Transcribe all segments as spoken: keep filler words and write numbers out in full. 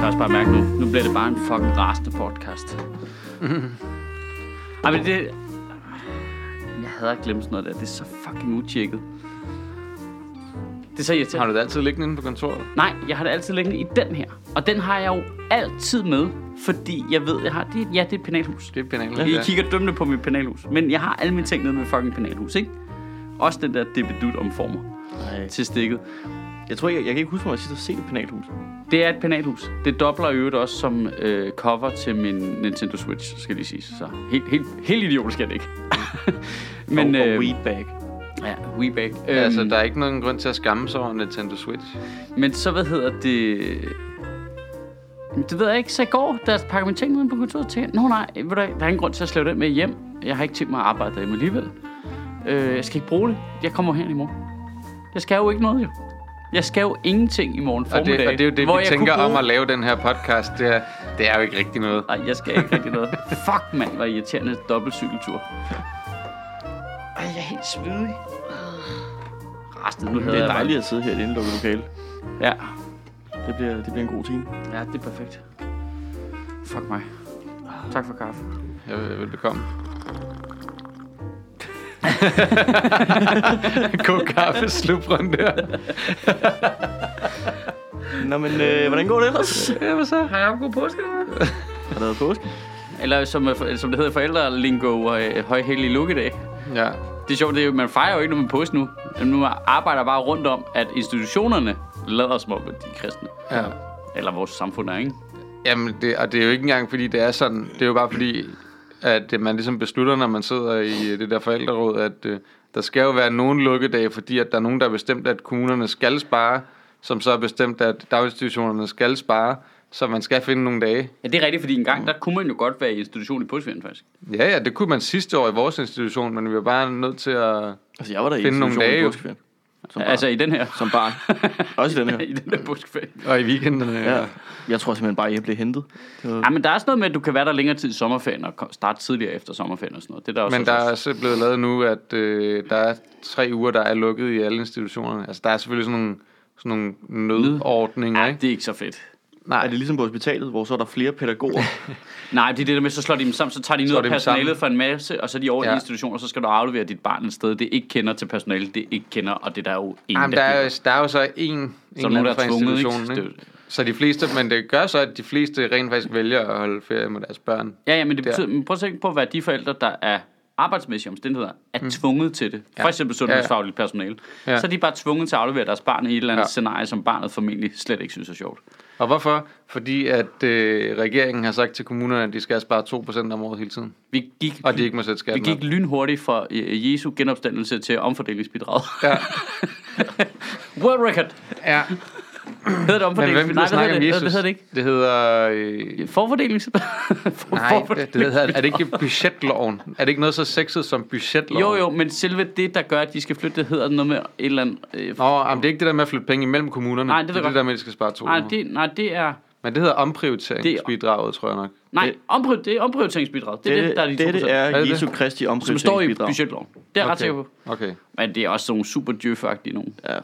kan også bare mærke nu, nu bliver det bare en fucking rasende podcast. Mm-hmm. Ej, men det... Jeg hader glemt sådan noget der. Det er så fucking utjekket. Det er så irriterende. Har du det altid liggende inde på kontoret? Nej, jeg har det altid liggende i den her. Og den har jeg jo altid med, fordi jeg ved, jeg har... Det, ja, det er et penalhus. Det er et penalhus, Jeg ja. kigger dømmende på mit penalhus. Men jeg har alle mine ting nede med fucking penalhus, ikke? Også den der debedut om former til stikket. Jeg tror, jeg, jeg kan ikke huske, hvor jeg sidst har set et penalhus. Det er et penalhus. Det dobler i øvrigt også som øh, cover til min Nintendo Switch, skal lige sige. Så helt, helt, helt idiotisk er det ikke. Men, og, øh, og weedbag. Ja, weedbag. Ja, øhm, altså, der er ikke nogen grund til at skamme sig over Nintendo Switch. Men så, hvad hedder det... Det ved jeg ikke. Så i går, da jeg pakker mine ting ud på kontoret til... Nå nej, ved du, der er ingen grund til at slæve den med hjem. Jeg har ikke tænkt mig at arbejde derhjemme alligevel. Øh, jeg skal ikke bruge det. Jeg kommer her i morgen. Jeg skal jo ikke noget, jo. Jeg skal jo ingenting i morgen formiddag. Og det, og det er jo det, hvor vi tænker bruge... om at lave den her podcast. Det er, det er jo ikke rigtig noget. Nej, jeg skal ikke rigtig noget. Fuck, mand, hvor irriterende dobbeltcykeltur. Ej, jeg er helt svedig. Resten, nu det er dejligt at sidde her i et indlukket lokale. Ja. Det bliver, det bliver en god time. Ja, det er perfekt. Fuck mig. Tak for kaffe. Jeg vil, velbekomme. God kaffe, slubrunde der. Nå, men øh, hvordan går det ellers? Ja, hvad så? Har jeg haft god påske? Har der været påske? Eller som, som det hedder forældrelingo, øh, højhellig lukkedag. Ja. Det er sjovt, det er, man fejrer jo ikke, når man er påske nu. Nu arbejder bare rundt om, at institutionerne lader som om, at de er kristne. Ja. Eller vores samfund er, ikke? Jamen, det, og det er jo ikke engang, fordi det er sådan. Det er jo bare fordi, at man ligesom beslutter, når man sidder i det der forældreråd, at uh, der skal jo være nogen lukkedage, fordi at der er nogen, der har bestemt, at kommunerne skal spare, som så har bestemt, at daginstitutionerne skal spare, så man skal finde nogle dage. Ja, det er rigtigt, fordi en gang, der kunne man jo godt være i institution i påskeferien, faktisk. Ja, ja, det kunne man sidste år i vores institution, men vi var bare nødt til at altså, jeg var der finde i nogle dage. Som ja, altså i den her? Som barn. Også i den her. I den der påskeferie. Og i weekenderne, ja. ja. Jeg tror simpelthen bare, at jeg blev hentet. Var... Ja, men der er også noget med, at du kan være der længere tid i sommerferien, og starte tidligere efter sommerferien og sådan noget. Det er der også men der også... er også blevet lavet nu, at øh, der er tre uger, der er lukket i alle institutionerne. Altså, der er selvfølgelig sådan nogle, sådan nogle nødordninger, ja, ikke? det er ikke så fedt. Nej. Er det ligesom på hospitalet, hvor så er der flere pædagoger? Nej, det er det der med, så slår de dem sammen, så tager de ned af personalet for en masse, og så er de over ja. i institutioner, så skal du aflevere dit barn et sted, det ikke kender til personalet, det ikke kender, og det der er jo ingen, Jamen, der, der, er, der er jo så en, så en nogen, der fra er tvunget, institutionen, ikke? ikke? Så de fleste, men det gør så, at de fleste rent faktisk vælger at holde ferie med deres børn. Ja, ja, men det betyder, men prøv at tænke på, hvad de forældre, der er arbejdsmæssige omstændigheder, er mm. tvunget til det. For ja. eksempel sundhedsfagligt personale. Ja. Så er de bare tvunget til at aflevere deres barn i et eller andet ja. scenarie, som barnet formentlig slet ikke synes er sjovt. Og hvorfor? Fordi at øh, regeringen har sagt til kommunerne, at de skal spare to procent om året hele tiden. Vi gik, og de ikke må sætte skatten Vi gik op. lynhurtigt fra øh, Jesu genopstandelse til omfordelingsbidrag. Ja. World record. Ja. Hedder det omfordelingsbidrag? Nej, hvad hedder det? Hvad hedder det ikke? Det hedder... Øh... Forfordelingsbidrag? For, Nej, det, det hedder, er det ikke budgetloven? Er det ikke noget så sexet som budgetloven? Jo, jo, men selve det, der gør, at de skal flytte, det hedder noget med et eller andet... Øh, Nå, jamen, det er ikke det der med at flytte penge imellem kommunerne. Nej, det, det er det, det der med, at de skal spare to. Nej, det, nej, det er... Men det hedder omprioriteringsbidraget, tror jeg nok. Nej, det, omprior, det er omprioriteringsbidraget. Det er det, det, der er de det, det er Jesu Kristi omprioriteringsbidrag. Som står i budgetloven. Det er okay. Ret sikker på. Okay. Men det er også sådan super djøfagtige nogen. Ja.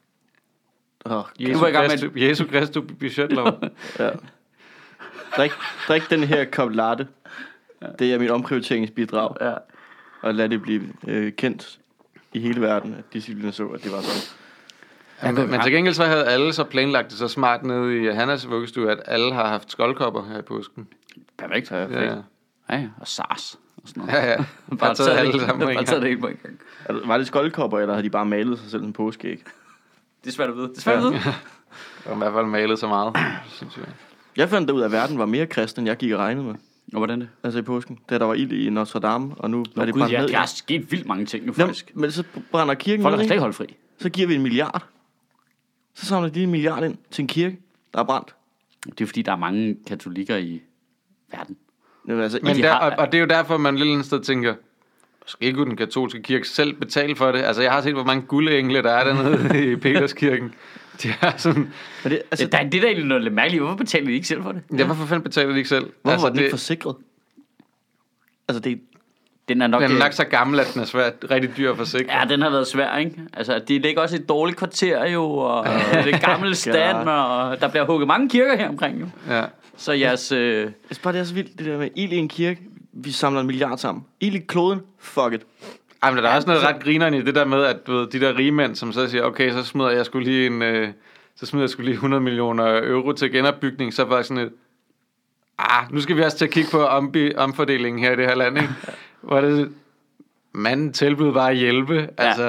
Oh, Jesu, Christi, med... Jesu Kristi budgetlov. Ja. Drik, drik den her kop latte. Ja. Det er mit omprioriteringsbidrag. Ja. Og lad det blive øh, kendt i hele verden, at disciplinen så, at det var sådan. Ja, men, men til gengæld så havde alle så planlagt det så smart nede i Hannas vuggestue, at alle har haft skoldkopper her i påsken. Perfekt. Ja, ja. Ja, ja. Og SARS og sådan noget. Ja, ja. Bare, bare taget alle sammen. Bare taget det hele på en gang. Var det skoldkopper, eller havde de bare malet sig selv en påskeæg? Det er svært at vide. Det er svært at vide. Ja. Og i hvert fald malet så meget, synes jeg. Jeg fandt ud af, at verden var mere kristen, end jeg gik og regnede med. Og hvordan det? Altså i påsken. Da der var ild i Notre Dame, og nu Nå, er det Gud, bare ja, ned. Der er sket vildt mange ting nu, faktisk. Nå, men så brænder kirken folk ned, er slet ikke holdt fri. Så giver vi en milliard. Så samler de en milliard ind til en kirke, der er brændt. Det er fordi, der er mange katolikker i verden. Men, altså, men der, har... og, og det er jo derfor, man lidt andet sted tænker, skal ikke den katolske kirke selv betale for det? Altså, jeg har set, hvor mange guldengle der er dernede i Peterskirken. De er sådan... Men det, altså, det, der, det er da egentlig noget lidt mærkeligt. Hvorfor betaler de ikke selv for det? Ja, hvorfor fanden betaler de ikke selv? Hvorfor altså, var den det... ikke forsikret? Altså, det, Den er nok, Den er nok så gammel, at den er svært rigtig dyr at forsikre. Ja, den har været svær, ikke? Altså, de ligger også i et dårligt kvarter jo, og det gamle stand, og der bliver hugget mange kirker her omkring jo. Ja. Så jeres... Øh... Jeg synes bare, det er så vildt, det der med ild i en kirke. Vi samler en milliard sammen. Ild i kloden, fuck it. Ej, men der er også noget ret grineren i det der med, at du ved, de der rige mænd, som så siger, okay, så smider jeg skulle lige en... Øh, så smider jeg skulle lige hundrede millioner euro til genopbygning, så var sådan et... Ah, nu skal vi også til at kigge på ombi- omfordelingen her i det her land, ikke? Hvor det... Manden tilbød bare at hjælpe, ja. Altså...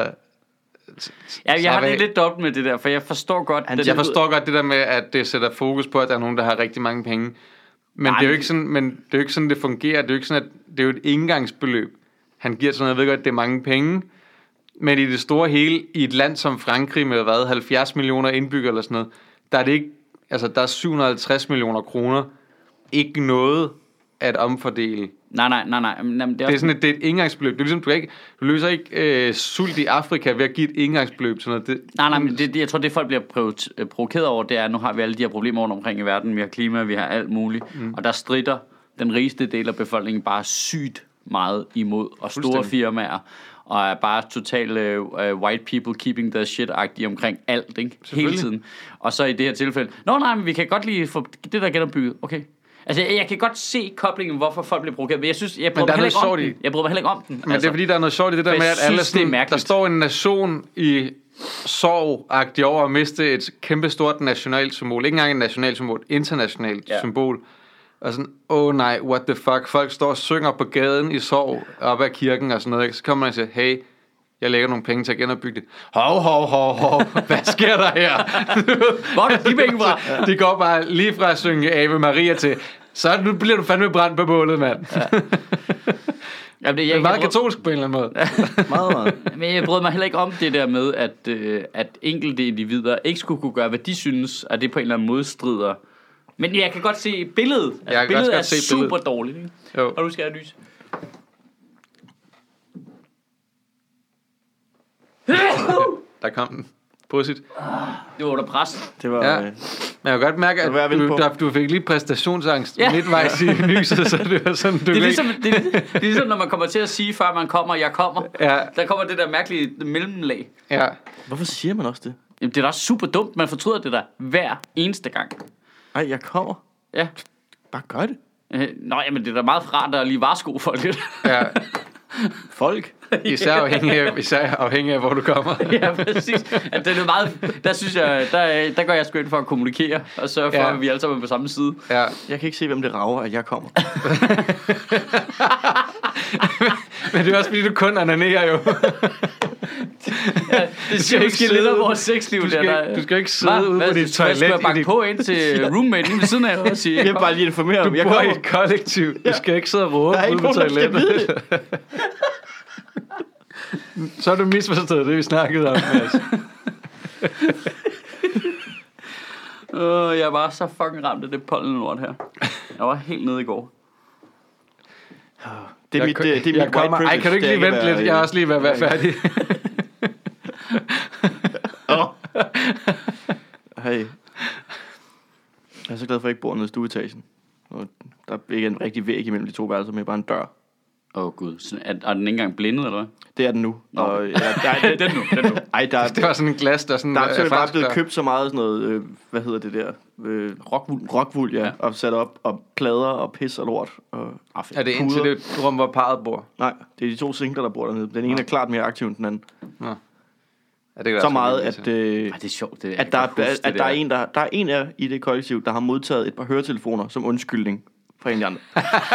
Ja, jeg har det lidt dobbelt med det der, for jeg forstår godt... Han, jeg forstår godt det der med, at det sætter fokus på, at der er nogen, der har rigtig mange penge. Men Nej, det er jo ikke sådan, men det er jo ikke sådan, det fungerer. Det er jo ikke sådan, at det er jo et engangsbeløb. Han giver sådan noget, jeg ved godt, det er mange penge. Men i det store hele, i et land som Frankrig med hvad, halvfjerds millioner indbyggere eller sådan noget, der er det ikke, altså der er syv hundrede og halvtreds millioner kroner ikke noget at omfordele. Nej, nej, nej, nej. Men, det, er det er sådan et, det er et engangsbeløb. Det er ligesom, du, ikke, du løser ikke øh, sult i Afrika ved at give et engangsbeløb. Sådan noget. Det, nej, nej, men det, det, jeg tror, det folk bliver prøvet, øh, provokeret over, det er, at nu har vi alle de her problemer rundt omkring i verden. Vi har klima, vi har alt muligt. Mm. Og der stritter den rigeste del af befolkningen bare sygt meget imod. Og store firmaer. Og er bare totalt uh, white people keeping their shit-agtige omkring alt, ikke? Hele tiden. Og så i det her tilfælde, nå nej, men vi kan godt lige få det der genopbygget. Okay. Altså, jeg, jeg kan godt se koblingen, hvorfor folk bliver provokeret. Men jeg synes, jeg bryder mig heller ikke om den. Jeg bryder mig heller ikke om den. Men altså, det er fordi, der er noget sjovt i det der med, at alle sådan, der står en nation i sorg-agtig over at miste et kæmpestort nationalt symbol. Ikke engang et nationalt symbol, et internationalt ja. symbol. Og sådan, åh oh, nej, what the fuck. Folk står og synger på gaden i sorg op ad kirken og sådan noget. Så kommer man og siger, hey, jeg lægger nogle penge til at genopbygge det. Hov, hov, hov, hov. Hvad sker der her? Hvor er de penge fra? De går bare lige fra at synge Ave Maria til, så nu bliver du fandme brændt på bålet, mand. Ja. Jamen, det, jeg, det er meget jeg, katolsk på en eller anden måde. meget, meget. Men jeg brød mig heller ikke om det der med, at, øh, at enkelte individer ikke skulle kunne gøre, hvad de synes, at det på en eller anden måde strider. Men jeg kan godt se billedet. Altså, billedet er super billedet. Dårligt, ikke? Jo. Og nu skal jeg lyse. Der kom den. Pudsigt. Det var under pres. Det var... Ja. Men jeg kan godt mærke, at du, der, du fik lige præstationsangst ja. midtvejs i lyset, så det var sådan, du det er, ligesom, det, er, det er ligesom, når man kommer til at sige, før man kommer, jeg kommer. Ja. Der kommer det der mærkelige mellemlag. Ja. Hvorfor siger man også det? Jamen, det er da også super dumt. Man fortryder det der hver eneste gang. Ej, jeg kommer. Ja. Bare gør det. Øh, nå, jamen, det er da meget fra, der lige varsko for lidt. Ja. Folk. Især afhængig af, især afhængig af, hvor du kommer. Ja, præcis. At det er meget, der synes jeg, der, der går jeg sgu ind for at kommunikere og sørge for, ja. at vi alle sammen er på samme side. Ja. Jeg kan ikke se, hvem det rager, at jeg kommer. Men det er også fordi, du kun ananerer jo. Ja, det skal jo ikke lidt af vores sexliv. Du skal, der, der. Du skal ikke sidde Hva? ude på dit toilet. Skal jeg banke på ind til roommaten ved siden af og sige, jeg, jeg bare lige informere du jeg bor i et kollektiv. Du skal ikke sidde og råbe ude på toilettet. Så har du misforstået det, vi snakkede om, Mads. uh, jeg var så fucking ramt af det pollenlort her. Jeg var helt nede i går. Det er mit, det, det er mit kommer, ej, kan du ikke lige vente lidt? Jeg er også lige ved at være færdig. Hey. Jeg er så glad for, at jeg ikke bor nede i stueetagen. Der er ikke en rigtig væg imellem de to værelser, men bare en dør. Åh oh, gud, er, er den ikke engang blindet, eller hvad? Det er den nu. Nå. Og, ja, der er, den nu, den nu. Ej, der, det var sådan en glas, der sådan... Der er bare blevet købt så meget sådan noget, øh, hvad hedder det der? Øh, rockwool. Rockwool, ja. ja. Og sat op, og plader og pis og lort. Og er det indtil det rum, hvor parret bor? Nej, det er de to singler, der bor dernede. Den ene er klart mere aktiv end den anden. Nå. Ja, det så meget, at, øh, Ej, det er sjovt, det, at, der, at, at der, der er en, der, der er en af i det kollektiv, der har modtaget et par høretelefoner som undskyldning fra en af de andre.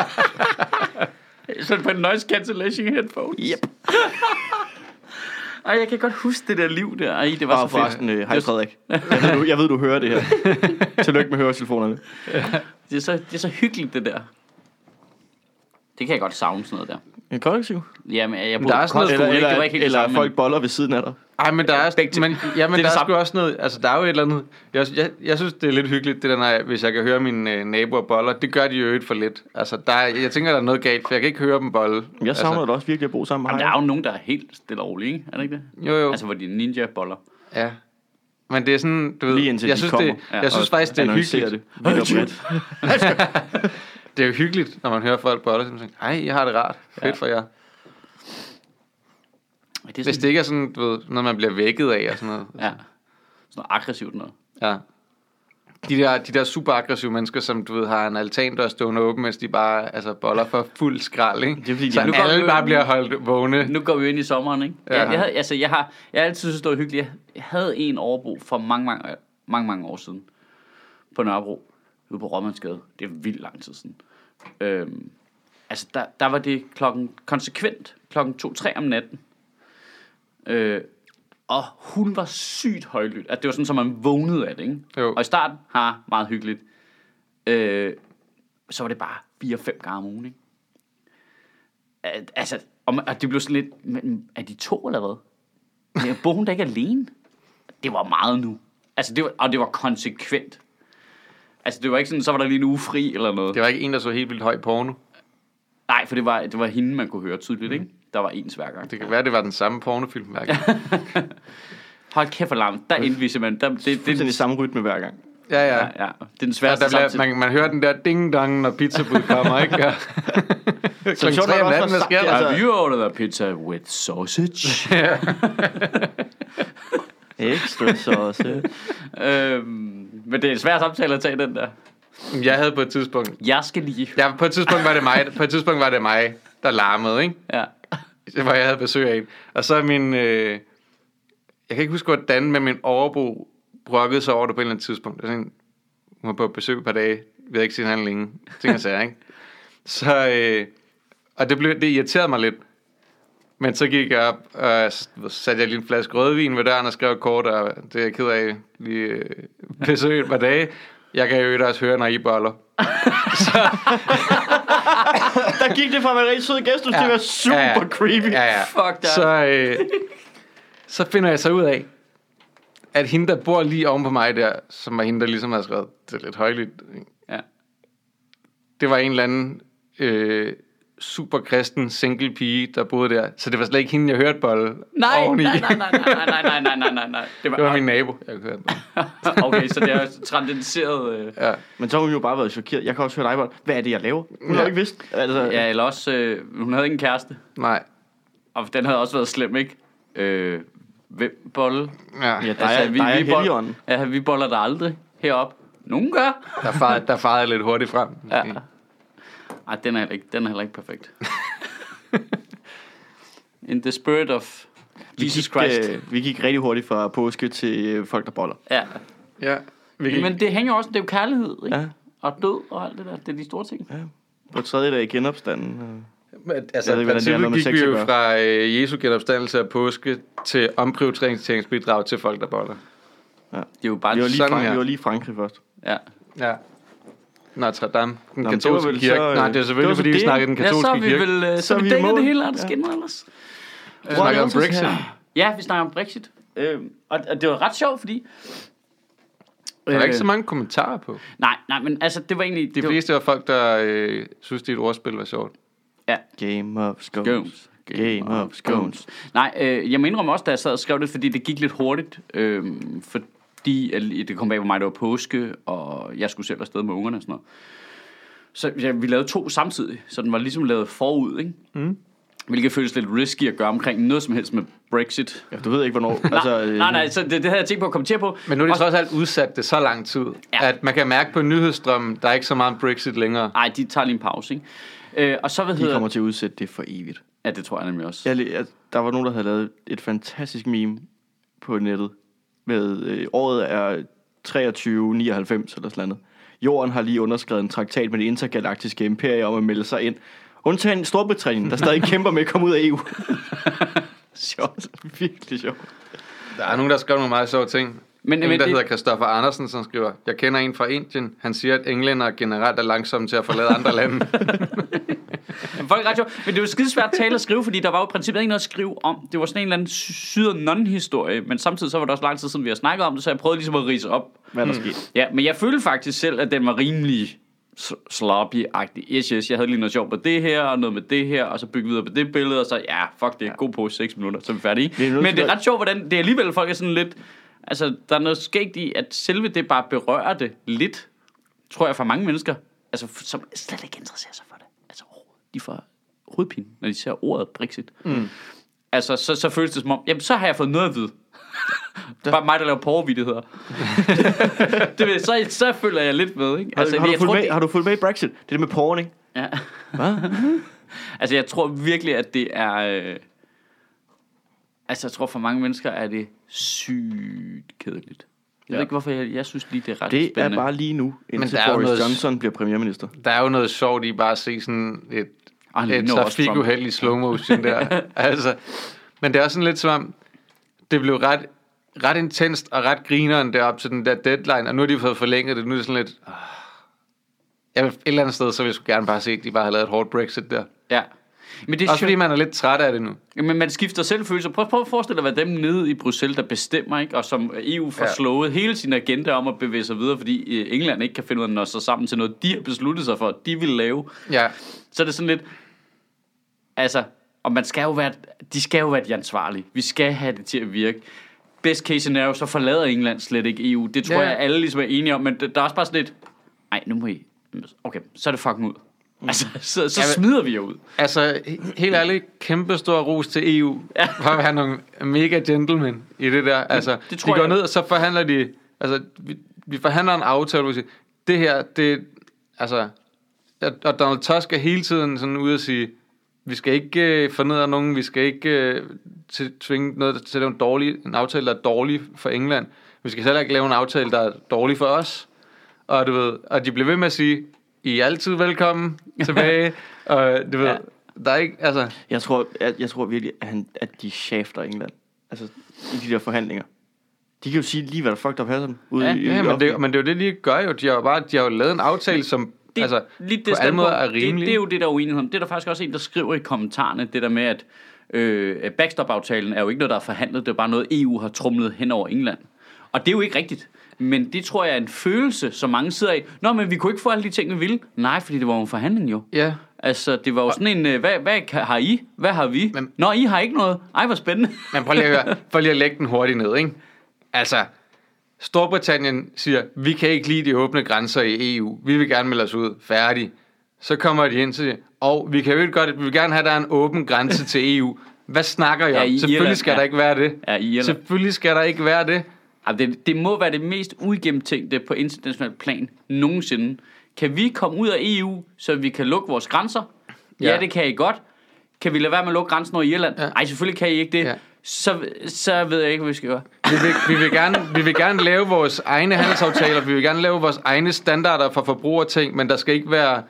Sådan på en noise cancellation headphones. Yep. Ej, jeg kan godt huske det der liv der. Ej, det var og så fedt. Forresten, øh, hej Frederik. Jeg ved, du, jeg ved, du hører det her. Tillykke med høretelefonerne. Det er, så, det er så hyggeligt, det der. Det kan jeg godt savne, sådan noget der. En kollektiv? Jamen, jeg boede på eller, eller, det var ikke helt eller sammen, folk boller ved siden af dig. Ej, men der er, men, ja, men det der er sgu også noget, altså der er jo et eller andet, jeg, jeg, jeg synes det er lidt hyggeligt, det der, når jeg, hvis jeg kan høre mine øh, naboer boller, det gør de jo ikke for lidt. Altså, der er, jeg tænker, der er noget galt, for jeg kan ikke høre dem bolle. Jeg savner altså, det også virkelig at bo sammen med. Jamen, der er jo nogen, der er helt stille og roligt, ikke? Er det ikke det? Jo, jo. Altså, hvor de ninja-boller. Ja. Men det er sådan, du ved, lige indtil jeg de synes, kommer. det, jeg ja, synes faktisk, det er hyggeligt. Det. Det er jo hyggeligt, når man hører folk boller, så man tænker, ej, jeg har det rart. Fedt ja. for jer. Det er sådan, Hvis det ikke er sådan, du ved, noget man bliver vækket af og sådan noget. Ja. Sådan noget aggressivt noget. Ja. De der, de der super aggressive mennesker, som du ved, har en altandør stående åben, mens de bare altså, boller for fuld skrald, ikke? Det er fordi, så de alle bare bliver holdt vågne. Nu går vi ind i sommeren, ikke? Ja. Jeg, jeg, havde, altså, jeg, har, jeg har altid synes, det var hyggeligt. Jeg, jeg havde en overbrug for mange, mange, mange, mange år siden. På Nørrebro. Ude på Rådmandsgade. Det er vildt lang tid siden. Øhm, altså, der, der var det klokken konsekvent. Klokken to tre om natten. Øh, og hun var sygt højlydt. At det var sådan, som man vågnede af det, ikke? Jo. Og i starten har meget hyggeligt. Øh, så var det bare fire fem gange om ugen, ikke? At, altså, og, man- og det blev sådan lidt, men er de to eller hvad? Men bor hun da ikke alene? Det var meget nu. Altså, det var, og det var konsekvent. Altså, det var ikke sådan, så var der lige en uge fri eller noget. Det var ikke en, der så helt vildt høj porno. Nej, for det var, det var hende, man kunne høre tydeligt, ikke? Der var ens hver gang. Det kan være, det var den samme pornofilm hver gang. Hold kæft for larm. Der endte vi simpelthen. Der, det, det, Det er det, samme rytme hver gang. Ja, ja. ja, ja. Det er den Ja, sværeste der bliver, samtidig. man, man hører den der ding-dong, når pizzabud kommer, ikke? Ja. Klokken sjovt, tre at om der natten, også hvad var sker sagt, der? altså- Have you ordered a pizza with sausage? Ekstra sauce. øhm, men det er en svær samtale at tage den der. Jeg havde på et tidspunkt... Jeg skal lige... Ja, på et tidspunkt var det mig, på et tidspunkt var det mig der larmede, ikke? Ja. Hvor jeg havde besøg af en. Og så er min... Øh, jeg kan ikke huske, hvordan, men min overbo brokkede sig over det på et eller andet tidspunkt. Jeg tænkte, hun var på besøg et par dage. Vi havde ikke set hinanden længe. Ting jeg sagde, ikke? Så... Øh, og det, blev, det irriterede mig lidt. Men så gik jeg op, og så satte jeg lige en flaske rødvin ved døren og skrev et kort, og det er jeg ked af lige øh, besøg et par dage. Jeg kan jo ikke også høre, når I boller. Der gik det fra at være en rigtig sød gæst, til at være super ja, ja. creepy. Ja, ja. Fuck that. Så, øh, så finder jeg så ud af, at hende, der bor lige oven på mig der, som var hende, der ligesom har skrevet, det er lidt højlydt. Ja. Det var en eller anden øh, super kristen single pige, der boede der. Så det var slet ikke hende, jeg hørte bolle Nej, oveni. nej, nej, nej, nej, nej, nej, nej, nej, nej, nej. Det var min nabo, jeg hørte bolle. Okay, så det er transcenderet... Øh. Ja. Men så har hun jo bare været chokeret. Jeg kan også høre dig, Bold. Hvad er det, jeg laver? Hun har Ja. ikke vidst. Altså, Ja, eller også... Øh, hun havde ikke en kæreste. Nej. Og den havde også været slem, ikke? Øh, hvem bolle? Ja. ja, der er, der er Helligånden. Ja, vi boller der aldrig herop. Nogen gør. Der farede, der farede jeg lidt hurtigt frem. Ja. Ej, den er heller ikke, den er heller ikke perfekt. In the spirit of Vi Jesus gik, Christ. øh, vi gik rigtig hurtigt fra påske til øh, folk, der boller. Ja. Ja. Vi gik, Men det hænger også, det er jo kærlighed, ikke? Ja. Og død og alt det der. Det er de store ting. Ja. På tredje dag i genopstanden. øh. Men, altså, Jeg ved ikke, hvordan det har noget med gik sex vi at jo gøre. fra øh, Jesu genopstandelse af påske til omprioriteringsbidrag til folk, der boller. Det er jo bare... Vi var lige, Sådan Frank- her. vi var lige i Frankrig først. Ja. Ja. Notre Dame, den Nå, men det var katolske vel kirke. så, øh, Nej, det er selvfølgelig, det var så fordi vi det. snakkede den Ja, så katolske er vi kirke. vel... øh, Så, Så er vi vi i dækket mål. det hele, der Ja. skinner ellers. Vi snakker om Brexit. Ja, vi snakker om Brexit. Øh, og, og det var ret sjovt, fordi... Der er ikke så mange kommentarer på. Nej, nej, men altså, det var egentlig... De det var, fleste var folk, der øh, synes, dit ordspil var sjovt. Ja. Game of Scones. Scones. Game of Scones. Nej, øh, jeg mener også, da jeg sad og skrev det, fordi det gik lidt hurtigt. Øh, fordi at det kom bag på mig, det var påske, og jeg skulle selv afsted med ungerne og sådan noget. Så ja, vi lavede to samtidig, så den var ligesom lavet forud, ikke? Mm. Hvilket føles lidt risky at gøre omkring noget som helst med Brexit. Ja, du ved ikke, hvornår. Nej, altså, øh, nej, nej, så det, det havde jeg tænkt på at kommentere på. Men nu er det Også- trods alt udsat det så lang tid, Ja. at man kan mærke på nyhedsstrømmen, der er ikke så meget om Brexit længere. Nej, de tager lige en pause, ikke? Øh, og så, hvad De hedder... kommer til at udsætte det for evigt. Ja, det tror jeg nemlig også. Jeg, læ- jeg, der var nogen, der havde lavet et fantastisk meme på nettet. Med øh, året er treogtyve nioghalvfems eller sådan noget. Jorden har lige underskrevet en traktat med det intergalaktiske imperie om at melde sig ind. Undtagen Storbritannien, der stadig kæmper med at komme ud af E U. Sjovt. Virkelig sjovt. Der er nogen, der skriver nogle meget sjove ting. Men, En, men der det, hedder Christopher Andersen, som skriver, jeg kender en fra Indien. Han siger, at englænder generelt er langsomme til at forlade andre lande. folk er ret sjovt. Men det var skide svært at tale og skrive, fordi der var jo i princippet ikke noget at skrive om. Det var sådan en eller anden syd- og non-historie, men samtidig så var det også lang tid siden, vi har snakket om det, så jeg prøvede ligesom at rise op. Hvad er der sket? Ja, men jeg følte faktisk selv, at den var rimelig s- sloppy-agtig. Yes, yes, jeg havde lige noget sjovt på det her, og noget med det her, og så bygge videre på det billede, og så, ja, fuck det, god på seks minutter, så er vi færdige. Det er nødt Men til det er at- ret sjovt, hvordan det er alligevel, folk er sådan lidt, altså, der er noget skægt i, at selve det bare berører det lidt, tror jeg, for mange mennesker, altså, f- som slet ikke interesserer sig for det. Altså, overhovedet. De får hovedpine, når de ser ordet Brexit. Mm. altså, så, så føles det som om, jamen, så har jeg fået noget at vide. Bare mig, der laver porrevittigheder. det vil, så, så føler jeg lidt med, ikke? Altså, har, har, jeg du tror, med, det... har du fulgt med i Brexit? Det der med porren, ikke? Ja. Hvad? altså, jeg tror virkelig, at det er... Øh... Altså, jeg tror for mange mennesker er det sygt kedeligt. Jeg ja. ved ikke, hvorfor jeg, jeg synes lige, det er ret det spændende. Det er bare lige nu, indtil Boris noget... Johnson bliver premierminister. Der er jo noget sjovt i bare at se sådan et, ah, et trafikuheld i slow motion der. altså, men det er også sådan lidt som om, det blev ret, ret intenst og ret grineren derop til den der deadline, og nu har de fået forlænget det. Nu er det sådan lidt... Øh, jeg vil, et eller andet sted, så vil jeg sgu gerne bare se, at de bare har lavet et hårdt Brexit der. Ja. Men det er også fordi man er lidt træt af det nu. Men man skifter selv følelser. Prøv, prøv at forestille dig, hvad dem nede i Bruxelles, der bestemmer, ikke? Og som E U får ja. slået hele sin agenda om at bevæge sig videre, fordi England ikke kan finde ud af at nå sig sammen til noget, de har besluttet sig for, at de vil lave. Ja. Så er det sådan lidt... Altså, og man skal jo være... De skal jo være de ansvarlige. Vi skal have det til at virke. Best case scenario, så forlader England slet ikke E U. Det tror ja. jeg, alle ligesom er enige om. Men der er også bare sådan lidt... Ej, nu må I... Okay, så er det fucking ud. Mm. Altså, så, så smider vi jo ud. Altså, helt ærligt, kæmpe stor ros til E U ja. for at have nogle mega gentlemen i det der. Altså, det, det de går jeg... ned, og så forhandler de... Altså, vi, vi forhandler en aftale, hvor vi siger, det her, det... Altså, og Donald Tusk er hele tiden sådan ude at sige, vi skal ikke uh, fornedre nogen, vi skal ikke uh, til, tvinge noget til at lave en, dårlig, en aftale, der er dårlig for England. Vi skal heller ikke lave en aftale, der er dårlig for os. Og du ved, og de bliver ved med at sige, I er altid velkommen tilbage. Og du ved, ja. der er ikke, altså... Jeg tror, jeg, jeg tror virkelig, at, han, at de shafter England. Altså, i de der forhandlinger. De kan jo sige lige, hvad der fucked up her dem. Ude ja, i, ja i men, det, men det er jo det, de gør jo. De har jo bare, de har jo lavet en aftale, som det, altså, det, på alle måder er rimelig. Det, det er jo det, der er uenighed om. Det er der faktisk også en, der skriver i kommentarerne, det der med, at øh, backstop-aftalen er jo ikke noget, der er forhandlet. Det er bare noget, E U har trumlet hen over England. Og det er jo ikke rigtigt. Men det tror jeg er en følelse, som mange sidder i. Nå, men vi kunne ikke få alle de ting, vi ville. Nej, fordi det var jo en forhandling jo. Ja. Altså, det var jo sådan en, hvad, hvad har I? Hvad har vi? Men, Nå, I har ikke noget. Ej, hvor spændende. Men prøv lige at høre, for lige at lægge den hurtigt ned, ikke? Altså, Storbritannien siger, vi kan ikke lide de åbne grænser i E U. Vi vil gerne melde os ud. Færdig. Så kommer de ind til det. Og vi kan jo ikke godt, vi vil gerne have, at der er en åben grænse til E U. Hvad snakker jeg om? Ja, Selvfølgelig Irland, skal ja. der ikke være det. Ja, Selvfølgelig skal der ikke være det. Det, det må være det mest uigennemtænkte på international plan nogensinde. Kan vi komme ud af E U, så vi kan lukke vores grænser? Ja, ja det kan I godt. Kan vi lade være med at lukke grænsen over Irland? Nej, ja. selvfølgelig kan I ikke det. Ja. Så, så ved jeg ikke, hvad vi skal gøre. Vi vil, vi, vil gerne, vi vil gerne lave vores egne handelsaftaler. Vi vil gerne lave vores egne standarder for forbrugerting, men der skal ikke være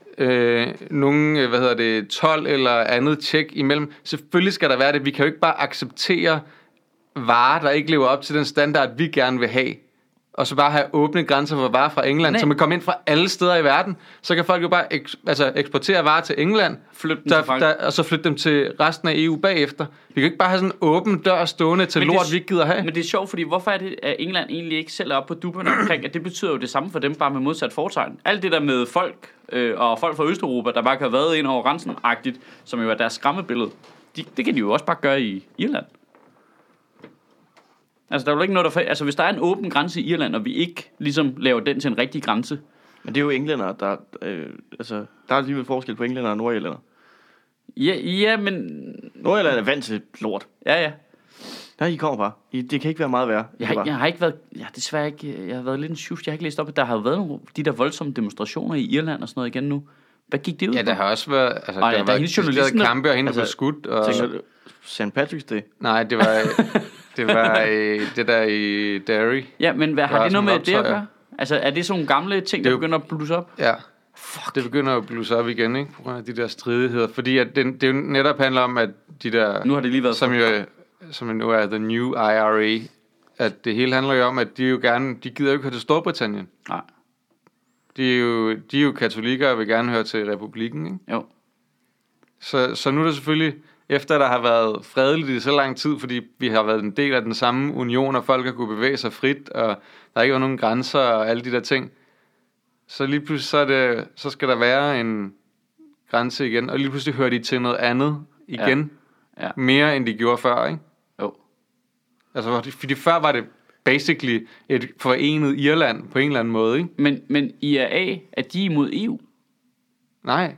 øh, nogen, hvad hedder det, told eller andet tjek imellem. Selvfølgelig skal der være det. Vi kan jo ikke bare acceptere varer, der ikke lever op til den standard, vi gerne vil have, og så bare have åbne grænser for varer fra England, som kan komme ind fra alle steder i verden, så kan folk jo bare ek, altså, eksportere varer til England, flytte dem der, til der, og så flytte dem til resten af E U bagefter. Vi kan ikke bare have sådan en åben dør stående til lort, vi ikke gider have. Men det er sjovt, fordi hvorfor er det, at England egentlig ikke selv er oppe på dupperne omkring, at det betyder jo det samme for dem, bare med modsat fortegn. Alt det der med folk, øh, og folk fra Østeuropa, der bare kan have været ind over grænsen-agtigt, som jo er deres skræmmebillede, de, det kan de jo også bare gøre i Irland. Altså, der er jo ikke noget, der... Altså, hvis der er en åben grænse i Irland, og vi ikke ligesom laver den til en rigtig grænse... Men det er jo englænder, der... Øh, altså, der er alligevel forskel på englænder og nordirlænder. Ja, ja, men... Nordirland er vant til lort. Ja, ja. Der I kommer fra. I, det kan ikke være meget værre. Jeg har, jeg har ikke været... Jeg har desværre ikke... Jeg har været lidt en sjus. Jeg har ikke læst op, at der har været nogle, de der voldsomme demonstrationer i Irland og sådan noget igen nu. Hvad gik det ud Ja, der har også været... Altså, Ej, der, der har været kampe, og hende altså, var skudt. Og... Saint Patrick's Day? Nej, det var... Det var i, det der i Derry. Ja, men hvad, har det noget med det at gøre? Altså, er det sådan nogle gamle ting, der jo, begynder at blusse op? Ja. Fuck. Det begynder at blusse op igen, ikke? På grund af de der stridigheder. Fordi at det, det jo netop handler om, at de der... Nu har det lige været... Som jo, som jo nu er the new I R A. At det hele handler jo om, at de jo gerne... De gider jo ikke høre til Storbritannien. Nej. De er jo, de er jo katolikker og vil gerne høre til republikken, ikke? Jo. Så, så nu er det selvfølgelig... Efter der har været fredeligt i så lang tid, fordi vi har været en del af den samme union, og folk har kunne bevæge sig frit, og der ikke var nogen grænser og alle de der ting, så lige pludselig så, er det, så skal der være en grænse igen, og lige pludselig hører de til noget andet igen, ja. Ja. Mere end de gjorde før, ikke? Jo. Altså, fordi før var det basically et forenet Irland på en eller anden måde, ikke? Men, men I R A, er de imod E U? Nej.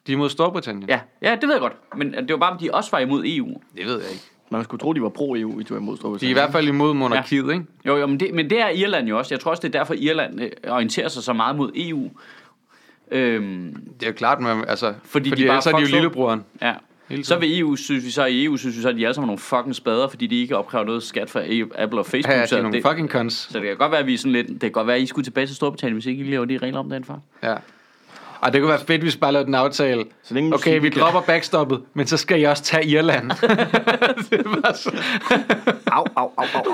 De er mod Storbritannien. Ja, ja, det ved jeg godt. Men det var bare, om de også var imod E U. Det ved jeg ikke. Man skulle tro, de var pro-E U, hvis de var imod De er Storbritannien. i hvert fald imod monarkiet, ja. Ikke? Jo, jo men, det, men det er Irland jo også. Jeg tror også, det er derfor, Irland øh, orienterer sig så meget mod E U. Øhm, Det er jo klart, man, altså, Fordi fordi, de fordi bare ellers er de jo fucked up. lillebroren. ja. Så ved E U, synes vi så i E U, synes vi så, at de alle sammen er nogle fucking spader, fordi de ikke opkræver noget skat fra Apple og Facebook. Ja, de så er nogle det, fucking cons. Så det kan godt være, at vi er sådan lidt, det kan godt være, at I skulle tilbage til Storbritannien, hvis ikke I laver de regler om den far. Ja. Og det kunne være fedt, hvis vi bare lavede en aftale. Så længe Okay, vi musik- dropper backstoppet, men så skal I også tage Irland. Det var så... Au, au, au, au,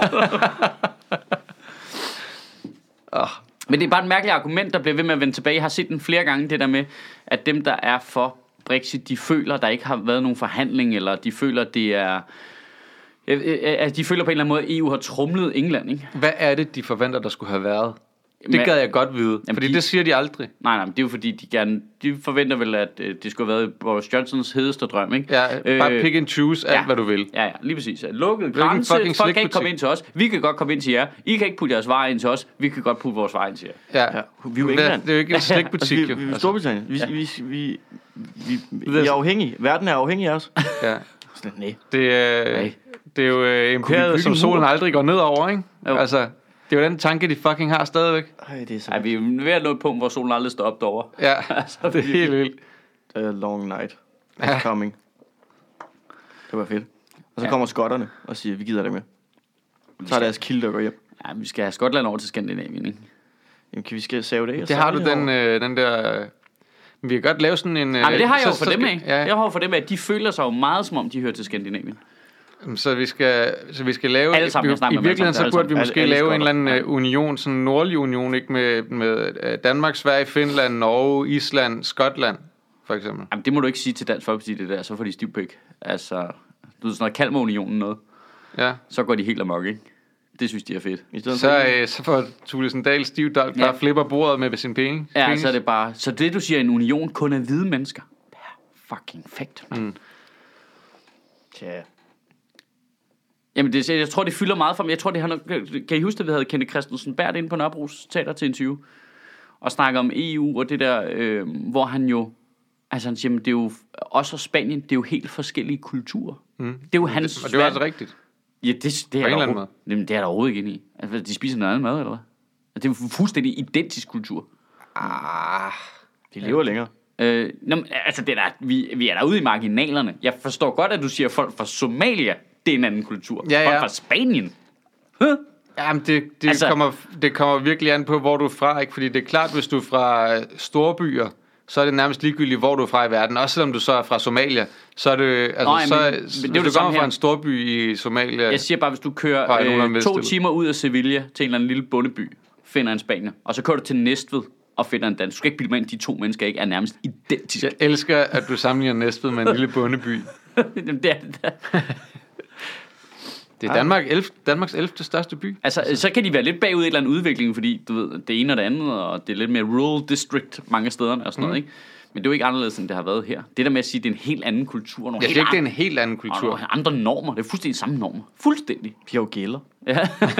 au. oh. Men det er bare et mærkeligt argument, der bliver ved med at vende tilbage. Jeg har set den flere gange, det der med, at dem, der er for Brexit, de føler, der ikke har været nogen forhandling, eller de føler, det er... At de føler på en eller anden måde, at E U har tromlet England, ikke? Hvad er det, de forventer, der skulle have været? Det Men- gad jeg godt vide, Jamen, fordi de- det siger de aldrig. Nej, nej, men det er jo fordi, de gerne... De forventer vel, at øh, det skulle have været Boris Johnsons hedeste drøm, ikke? Ja, bare Øh, pick and choose alt, ja. hvad du vil. Ja, ja, lige præcis. Lukket en grænse, fucking folk kan ikke slikbutik. komme ind til os. Vi kan godt komme ind til jer. I kan ikke putte jeres varer ind til os. Vi kan godt putte vores varer ind til jer. Ja, Ja, vi er jo Hvad- England. Det er jo ikke en slikbutik, Altså, jo. vi, vi er Altså, Storbritannien. Vi, Ja. vi, vi, vi, vi, vi er afhængige. Verden er afhængig af os. ja. Sådan, nej. Det, er, Nej. det er jo øh, bygge imperiet, som en solen mur? aldrig går ned over, ikke? Jo. Altså, det er jo den tanke, de fucking har stadigvæk. Ej, det er så... Ej, vi er ved at nå et punkt, hvor solen aldrig står op derovre. Ja, Altså, det er helt vildt. A long night is Ja. coming. Det var fedt. Og så Ja. kommer skotterne og siger, vi gider det med. Så er deres kilde og går hjem. Ja, vi skal have Skotland over til Skandinavien, ikke? Jamen, kan vi skal save det? og Det har sejle du den, herover? øh, den der... øh, Vi kan godt lave sådan en... Nej, men det har jeg jo så- for så dem skal- af. Ja, Jeg har jo for dem af, at de føler sig jo meget, som om de hører til Skandinavien. så vi skal, så vi skal lave... Alle sammen, jeg vi, snakker I med virkeligheden, alle så sammen. burde vi Alle- måske alle lave en skotter. eller anden øh, union, sådan en nordlig union, ikke med, med øh, Danmark, Sverige, Finland, Norge, Island, Skotland, for eksempel. Jamen, det må du ikke sige til Dansk Folkeparti, det der. Så får de stiv pik. Altså, du ved sådan noget Kalmarunionen noget. Ja. Så går de helt amok, ikke? Det synes de er fedt. I stedet Så, for- øh, så får Thulesen Dahl stiv dolk, Ja. bare flipper bordet med sin penge. Ja, penis. så er det bare... Så det, du siger, en union kun er hvide mennesker. Fucking fact. Mm. Tja. Jamen, det, jeg tror, det fylder meget for mig. Jeg tror, det har noget, kan I huske, at vi havde Kenneth Christensen Berth inde på Nørrebros Teater til interview? Og snakke om E U og det der, øh, hvor han jo... Altså, han siger, men det er jo... Også Spanien, det er jo helt forskellige kulturer. Mm. Det er jo hans... Og det var altså rigtigt. Ja, det, det, er en der eller anden overhovedet- Jamen, det er der overhovedet ikke inde i. Altså, de spiser noget andet mad, eller hvad? Altså, det er jo fuldstændig identisk kultur. Ah. De lever længere. Øh, nå, men, altså, det er der, vi, vi er derude i marginalerne. Jeg forstår godt, at du siger, at folk fra Somalia, det er en anden kultur. Ja, ja. Folk fra Spanien. Huh? Jamen, det, det, Altså- altså, kommer, det kommer virkelig an på, hvor du er fra, ikke? Fordi det er klart, hvis du er fra øh, storbyer, så er det nærmest ligegyldigt, hvor du er fra i verden. Også selvom du så er fra Somalia, så er det... Altså, Nå, ja, så, men- men, men hvis det er jo du det samme kommer fra her. en storby i Somalia... Jeg siger bare, hvis du Har kører jeg nogenlunde øh, to velstillet. timer ud af Sevilla til en eller anden lille bondeby, finder en spanier, og så kører du til Næstved og finder en dansk. Du skal ikke bilde mig ind, de to mennesker ikke er nærmest identiske. Jeg elsker, at du sammenligner Næstved med en lille bondeby. Jamen, det er det der. Det er Danmark, elf, Danmarks ellevte største by. Altså, så kan de være lidt bagud i en eller anden udvikling, fordi du ved, det ene og det andet, og det er lidt mere rural district mange steder og sådan noget, ikke? Men det er jo ikke anderledes, end det har været her. Det der med at sige, at det er en helt anden kultur. Nogle Jeg helt siger ikke, det er en andre- helt anden og kultur. nogle andre normer. Det er fuldstændig samme normer. Fuldstændig. De har jo gælder. Ja.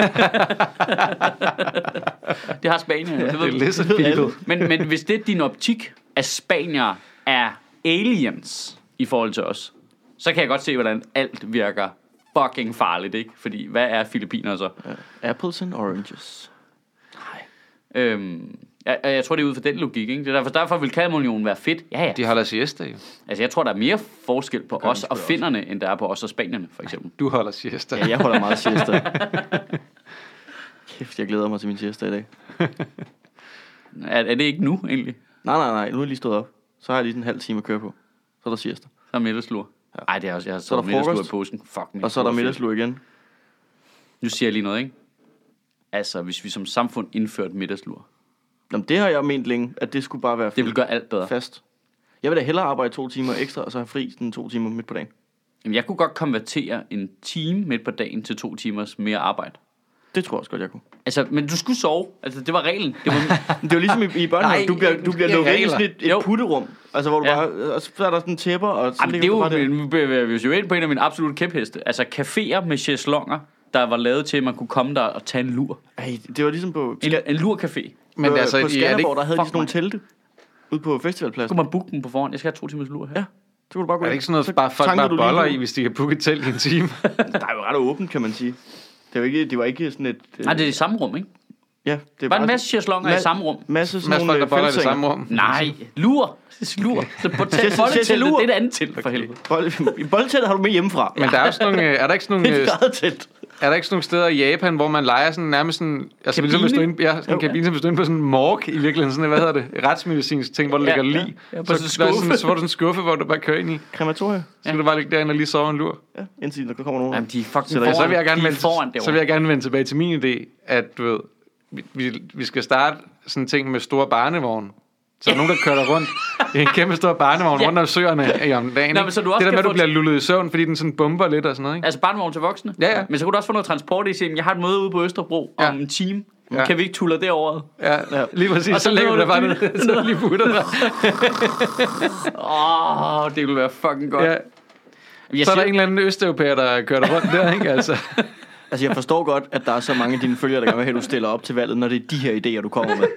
Det har Spanien. Ja, det Det ved er du. lizard people. men, men hvis det er din optik, at spanier er aliens i forhold til os, så kan jeg godt se, hvordan alt virker fucking farligt, ikke? Fordi, hvad er Filippiner så? Ja. Apples and oranges. Øhm, jeg, jeg tror, det er ud fra den logik, ikke? Det er derfor, derfor vil Kalmarunionen være fedt. Ja, ja. De holder siesta jo. Altså, jeg tror, der er mere forskel på gør os de og sgu da finnerne, end der er på os og spanierne, for eksempel. Du holder siesta. Ja, jeg holder meget siesta. Kæft, jeg glæder mig til min siesta i dag. Er, er det ikke nu, egentlig? Nej, nej, nej. Nu er jeg lige stået op. Så har jeg lige en halv time at køre på. Så er der siesta. Så er middagslur. Nej, det er også, jeg har Så er der så middagslur i frokost. påsken. Fuck, Og så er der middagslur fedt. middagslur igen. Nu siger jeg lige noget, ikke? Altså, hvis vi som samfund indførte middagslur, Jamen, det har jeg ment længe, at det skulle bare være det vil gøre alt bedre. fast. Jeg vil da hellere arbejde to timer ekstra, og så have fri sådan to timer midt på dagen. Jamen, jeg kunne godt konvertere en time midt på dagen til to timers mere arbejde. Det tror jeg også godt, jeg kunne. Altså, men du skulle sove. Altså, det var reglen. Det var, Det er jo ligesom i, i børnehaven. Nej, Du bliver, du bliver ikke lukket ind i regler. sådan et, Jo. et putterum. Altså, hvor du Ja. bare... Og så er der sådan tæpper, og så jamen, det er ligger du jo, bare der. nu bevæger vi os jo ind på en af mine absolutte kæpheste. Altså, caféer med chaiselonger, der var lavet til, at man kunne komme der og tage en lur. Ej, det var ligesom på... En, en lurcafé. Men på, altså, på I- er det Skanderborg, ikke... der havde de Fuck sådan nogle mig. telte. Ude på festivalpladsen. Kunne man booke den på forhånd? Jeg skal have to timers lur her. Ja. Så kunne du bare gå Er det ind. ikke sådan noget, Så bare folk tanker bare du lige boller på. i, hvis de kan booke et telt i en time? Der er jo ret åbent, kan man sige. Det var ikke, det var ikke sådan et... Øh, Nej, det er i samme rum, ikke? ja, det Bare en masse chaiselonger ma- i samme rum. Masse sådan Masse folk, nogle der boller i det fællessenger. samme rum. Nej, lur. Lur. Så på Til- bolleteltet, til lur. det er et andet telt, for helvede. Bold, I boldtællet har du med hjemmefra. Men der er også nogle, øh, er der ikke sådan nogle, Det øh, er et eget telt. er der ikke sådan nogle steder i Japan, hvor man leger sådan nærmest sådan, altså Kabine? ligesom hvis du er inde, ja, sådan en Jo. kabine, som hvis du er inde på sådan en morg i virkeligheden, sådan, hvad hedder det, retsmedicinsk ting, hvor der Ja, ligger ja. lig. Ja, på så, sådan en der er sådan, skuffe. så får du sådan en skuffe, hvor du bare kører ind i. Krematorie. Så kan du bare ligge derinde og lige sove en lur. Ja, indtil der kommer nogen. Jamen, de er fucking Så der- foran. Så vil jeg gerne de er vende, foran så vil jeg gerne vende tilbage til min idé, at du ved, vi, vi, vi skal starte sådan en ting med store barnevogne. Så er der nogen, der kører dig rundt i en kæmpe stor barnevogn Ja. rundt om søerne i om dagen. Nå, men så du også det der kan med, at du få- bliver lullet i søvn, fordi den sådan bomber lidt og sådan noget, ikke? Altså barnevogn til voksne? Ja, ja. Men så kunne du også få noget transport i, sige, jeg har et møde ude på Østerbro Ja. om en time. Ja. Kan vi ikke tulle derover? Ja, ja. Lige præcis. Og Så, så så lægger du løber dig bare du ned. Så lige putter dig. Åh, oh, det ville være fucking godt. Ja. Jeg Så er der siger, en eller anden østeuropæer, der kører dig rundt der, ikke? Altså. Altså, jeg forstår godt, at der er så mange af dine følgere, der gerne vil have, at du stiller op til valget, når det er de her idéer, du kommer med.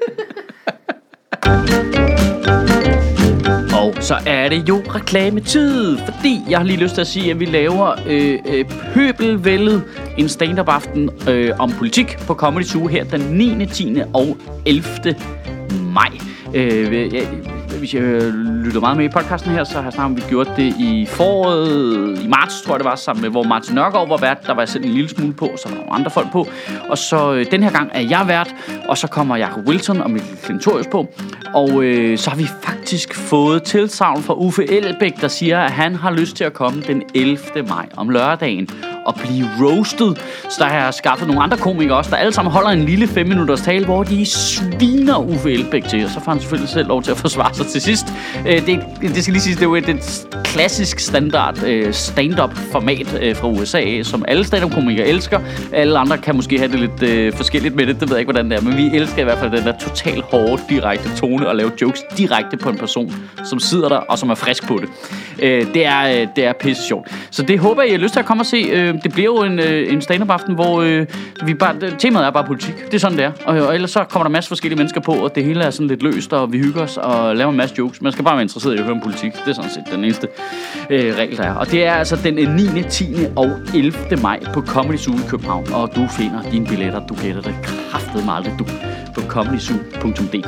Og så er det jo reklametid, fordi jeg har lige lyst til at sige, at vi laver øh, øh, Pøbelvældet, en stand-up aften øh, om politik på Comedy Zoo her den niende, tiende og ellevte maj. Øh, jeg, hvis jeg lytter meget med i podcasten her, så har jeg snart om, vi gjort det i foråret, i marts tror jeg det var, sammen med, hvor Martin Nørgaard var vært. Der var jeg selv en lille smule på, så var der nogle andre folk på. Og så øh, den her gang er jeg vært, og så kommer Jacob Wilson og Mikkel Klintorius på. Og øh, så har vi faktisk fået tilsagn fra Uffe Elbæk, der siger, at han har lyst til at komme den ellevte maj om lørdagen og blive roasted. Så der har jeg skaffet nogle andre komikere også, der alle sammen holder en lille fem minutters tale, hvor de sviner Uffe Elbæk til, og så får han selvfølgelig selv lov til at forsvare sig til sidst. Øh, det, det skal lige sige, det er jo et, et klassisk standard øh, stand-up format øh, fra U S A, som alle stand-up-komikere elsker. Alle andre kan måske have det lidt øh, forskelligt med det, det ved jeg ikke, hvordan det er, men vi elsker i hvert fald den der total hårde, direkte tone og lave jokes direkte på en person, som sidder der og som er frisk på det. Øh, det, er, øh, det er pisse sjovt. Så det håber jeg, I har lyst til at komme og se. Øh, det bliver jo en, øh, en stand-up aften, hvor øh, vi bare, det, temaet er bare politik. Det er sådan, det er. Og, og ellers så kommer der masser forskellige mennesker på, og det hele er sådan lidt løst, og vi hygger os og laver en masse jokes. Man skal bare være interesseret i at høre om politik. Det er sådan set den eneste øh, regel, der er. Og det er altså den niende, tiende og ellevte maj på Comedy Zoo i København. Og du finder dine billetter. Du gætter det kraftedeme aldrig, du, på comedy zoo punktum d k.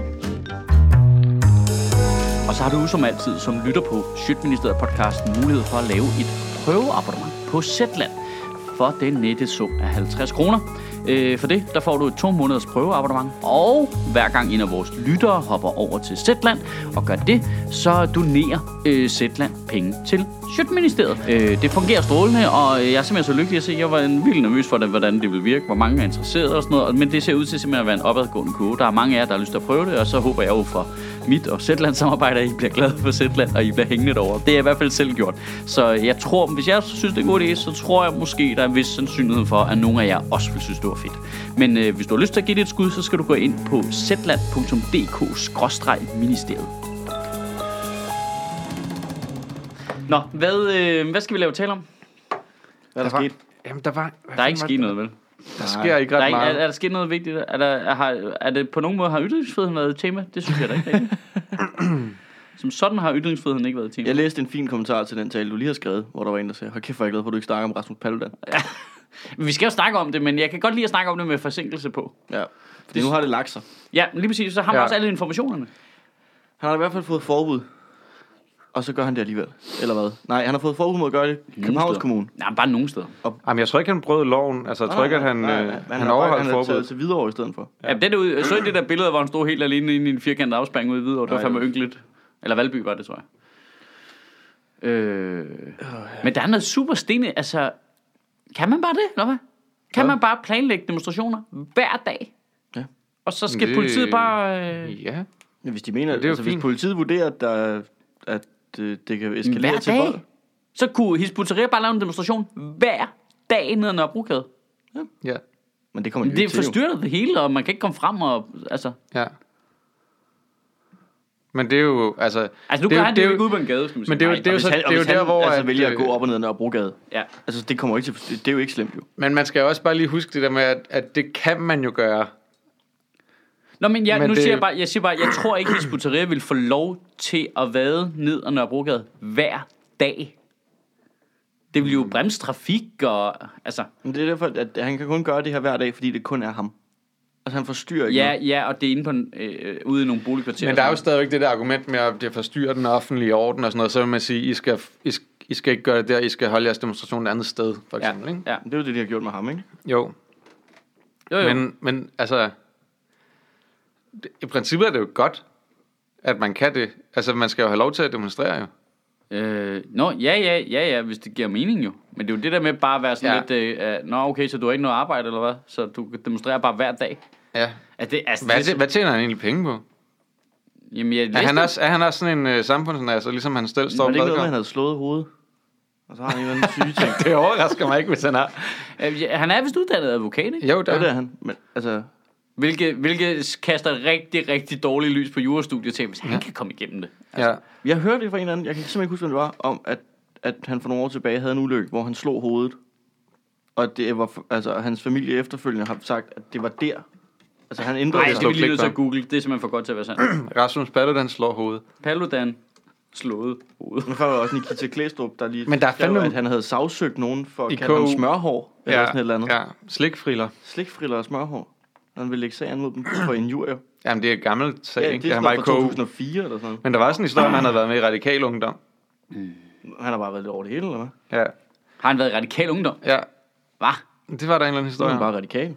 Og så har du som altid, som lytter på Sjøtministeriet podcasten, mulighed for at lave et prøveabonnement på Zetland for den nette sum af halvtreds kroner. Øh, for det, der får du et to måneders prøveabonnement, og hver gang en af vores lyttere hopper over til Zetland og gør det, så donerer øh, Zetland penge til Sjøtministeriet. Øh, det fungerer strålende, og jeg er simpelthen så lykkelig at se, jeg var en vildt nervøs for, det, hvordan det vil virke, hvor mange er interesseret og sådan noget, men det ser ud til simpelthen at være en opadgående kurve. Der er mange af jer, der har lyst til at prøve det, og så håber jeg jo for mit og Zetland samarbejde, at I bliver glade for Zetland, og I bliver hængende derovre. Det er i hvert fald selv gjort. Så jeg tror, hvis jeg synes, det er en god idé, så tror jeg måske, der er en vis sandsynlighed for, at nogle af jer også vil synes, det var fedt. Men øh, hvis du har lyst til at give det et skud, så skal du gå ind på zetland punktum d k skråstreg ministeriet. Nå, hvad, øh, hvad skal vi lave tale om? Hvad er der var- sket? Jamen, der var... Der er ikke sket noget, vel? Der sker ikke Der er, ret ikke, er, meget. er der sket noget vigtigt? Er, der, er, har, er det på nogen måde, har ytringsfriheden været et tema? Det synes jeg da ikke rigtigt. Som sådan har ytringsfriheden ikke været et tema. Jeg læste en fin kommentar til den tale, du lige har skrevet, hvor der var en, der sagde, hold kæft, hvor er jeg glad for, at du ikke snakker om Rasmus Paludan. Vi skal jo snakke om det, men jeg kan godt lide at snakke om det med forsinkelse på. Ja, fordi nu har det lagt sig. Ja, lige præcis. Så har man Ja. også alle informationerne. Han har i hvert fald fået forbud, og så gør han det alligevel. Eller hvad? Nej, han har fået forbud mod at gøre det i Københavns steder. Kommune. Nej, bare nogle steder. Jamen, jeg tror ikke, han brød loven. Altså, jeg tror ikke, at han, nej, øh, nej, han, han, han har overholdt han har taget forbuddet. til Hvidovre i stedet for. Ja, det der ud, så I det der billede, hvor han stod helt alene inde i en firkantet afspærring ude i Hvidovre. Det var Nej, fandme det- ynkeligt. Eller Valby var det, tror jeg. Øh, men der er noget super stenet. Altså, kan man bare det, eller hvad? Kan Hvad? man bare planlægge demonstrationer hver dag? Ja. Og så skal Det- politiet bare... Øh, Ja. Ja, hvis de mener, det er jo altså, hvis fint. politiet vurderer, at, der, at øh, det kan eskalere hver til dag? vold. Så kunne Hizb ut-Tahrir bare lave en demonstration hver dag ned ad Nørrebrogade. Ja. Men det kommer de jo Det ikke til, jo. forstyrrer det hele, og man kan ikke komme frem og... Altså, Ja. Men det er jo, altså... altså nu det er kan jo- han det det er jo jo- ikke ud på en gade, skal man sige. Men det er jo, Nej. det er jo, Hvis så, han, det er jo hvis han, der, hvor... altså, at, vælger at gå øh, op og ned ad Nørrebrogade. Ja. Altså, det kommer ikke til... Det, det er jo ikke slemt, jo. Men man skal også bare lige huske det der med, at, at det kan man jo gøre. Nå, men, jeg, Men nu det- siger jeg bare, jeg siger bare, jeg tror ikke, Hizb ut-Tahrir vil få lov til at vade ned ad Nørrebrogade hver dag. Det vil jo bremse trafik og, altså... Men det er derfor, at han kan kun gøre det her hver dag, fordi det kun er ham. Altså han forstyrrer ikke Ja, noget. ja, og det er inde på en, øh, ude i nogle boligkvarterer. Men der er jo stadigvæk det der argument med, at det forstyrrer den offentlige orden og sådan noget. Så vil man sige, I skal, I, skal, I skal ikke gøre det der, I skal holde jeres demonstration et andet sted, for eksempel. Ja, Ikke? ja. Det er jo det, de har gjort med ham, ikke? Jo. Jo, jo. Men, men altså, det, i princippet er det jo godt, at man kan det. Altså, man skal jo have lov til at demonstrere jo. Øh, nå, ja, ja, ja, ja, hvis det giver mening jo. Men det er jo det der med bare at være sådan Ja. lidt, øh, uh, nå okay, så du har ikke noget arbejde eller hvad? Så du demonstrerer bare hver dag. Ja. Er det, altså, Hvad, det, tj- hvad tjener han egentlig penge på? Jamen, jeg Er læste han også, er han også sådan en uh, samfundsnasser, ligesom han selv står Var det ikke og noget med, at prædiker? han havde slået hovedet? Og så har han en eller anden syge ting. Det overrasker mig ikke, hvis han har. Øh, ja, han er vist uddannet advokat, ikke? Jo, Ja, der. det er han. Men altså, Hvilket, hvilket kaster rigtig, rigtig dårlig lys på jurastudiet til, hvis han Ja. kan komme igennem det. Ja. jeg hørte det fra en eller anden, jeg kan simpelthen ikke huske, hvad det var, om at, at han for nogle år tilbage havde en ulykke, hvor han slog hovedet. Og det var, altså hans familie efterfølgende har sagt, at det var der. Altså han ændrede Nej, det. det står er vi lige nødt til pligt at google. Det er simpelthen for godt til at være sandt. Rasmus Paludan slår hovedet. Paludan slået hovedet. Nu var der også Nikita Klæstrup, der lige Men der er skrev, fandme- at han havde sagsøgt nogen for at I kalde ham K U. smørhår, eller sådan et eller andet. Ja, slikfriller. Slikfriller og smørhår. Han ville lægge sagen mod dem for injurier. Jamen, det er et gammelt sag, Ja, ikke? det er han sådan var noget i fra K U. to tusind og fire eller sådan noget. Men der var sådan en historie, om han havde været med i Radikal Ungdom. Han har bare været lidt over det hele, eller hvad? Ja. Har han været radikal ungdom? Ja. Hvad? Det var der en eller anden Så er historie han om. bare radikal.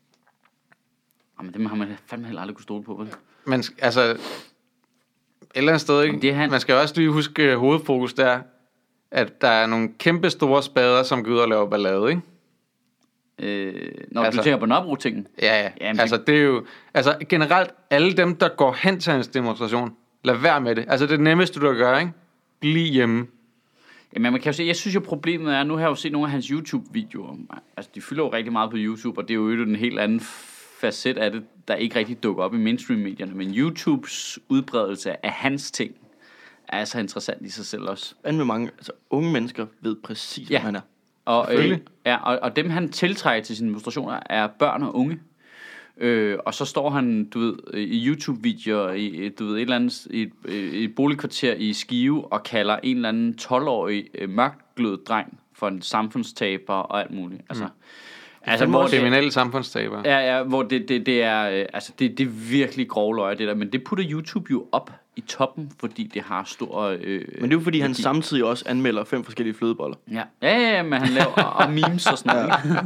Jamen, det har man fandme heller aldrig kunne stole på, vel? Men sk- altså, et eller andet sted, ikke? Det er han. Man skal jo også lige huske, uh, hovedfokus der, at der er nogle kæmpe store spader, som går ud og laver ballade, ikke? Øh, når Altså- du tænker på Nørrebro-tingen. Ja, ja. Jamen, altså, det er jo... Altså, generelt, alle dem, der går hen til hans demonstration, lad være med det. Altså, det nemmeste, du kan gøre, ikke? Bliv hjemme. Jamen, man kan jo se, jeg synes jo problemet er, nu har jeg jo set nogle af hans YouTube-videoer. Altså, de fylder jo rigtig meget på YouTube, og det er jo en helt anden facet af det, der ikke rigtig dukker op i mainstream-medierne. Men YouTubes udbredelse af hans ting er altså interessant i sig selv også. Hvad med mange, altså unge mennesker ved præcis, Ja. hvem han er. Og, øh, Selvfølgelig. ja, og, og dem, han tiltrækker til sine demonstrationer, er børn og unge. Øh, og så står han, du ved, i YouTube-videoer, i, du ved, et eller andet, i et, i et boligkvarter i Skive, og kalder en eller anden tolv-årig øh, mørkglødet dreng for en samfundstaber og alt muligt. Altså, mm. altså hvor det, Kriminelle samfundstaber. ja, ja, hvor det, det, det er, øh, altså det, det er virkelig grove løg, det der, men det putter YouTube jo op i toppen, fordi det har stor... Øh, Men det er jo fordi, han samtidig også anmelder fem forskellige flødeboller. Ja, ja, ja, men han laver og, og memes og sådan noget.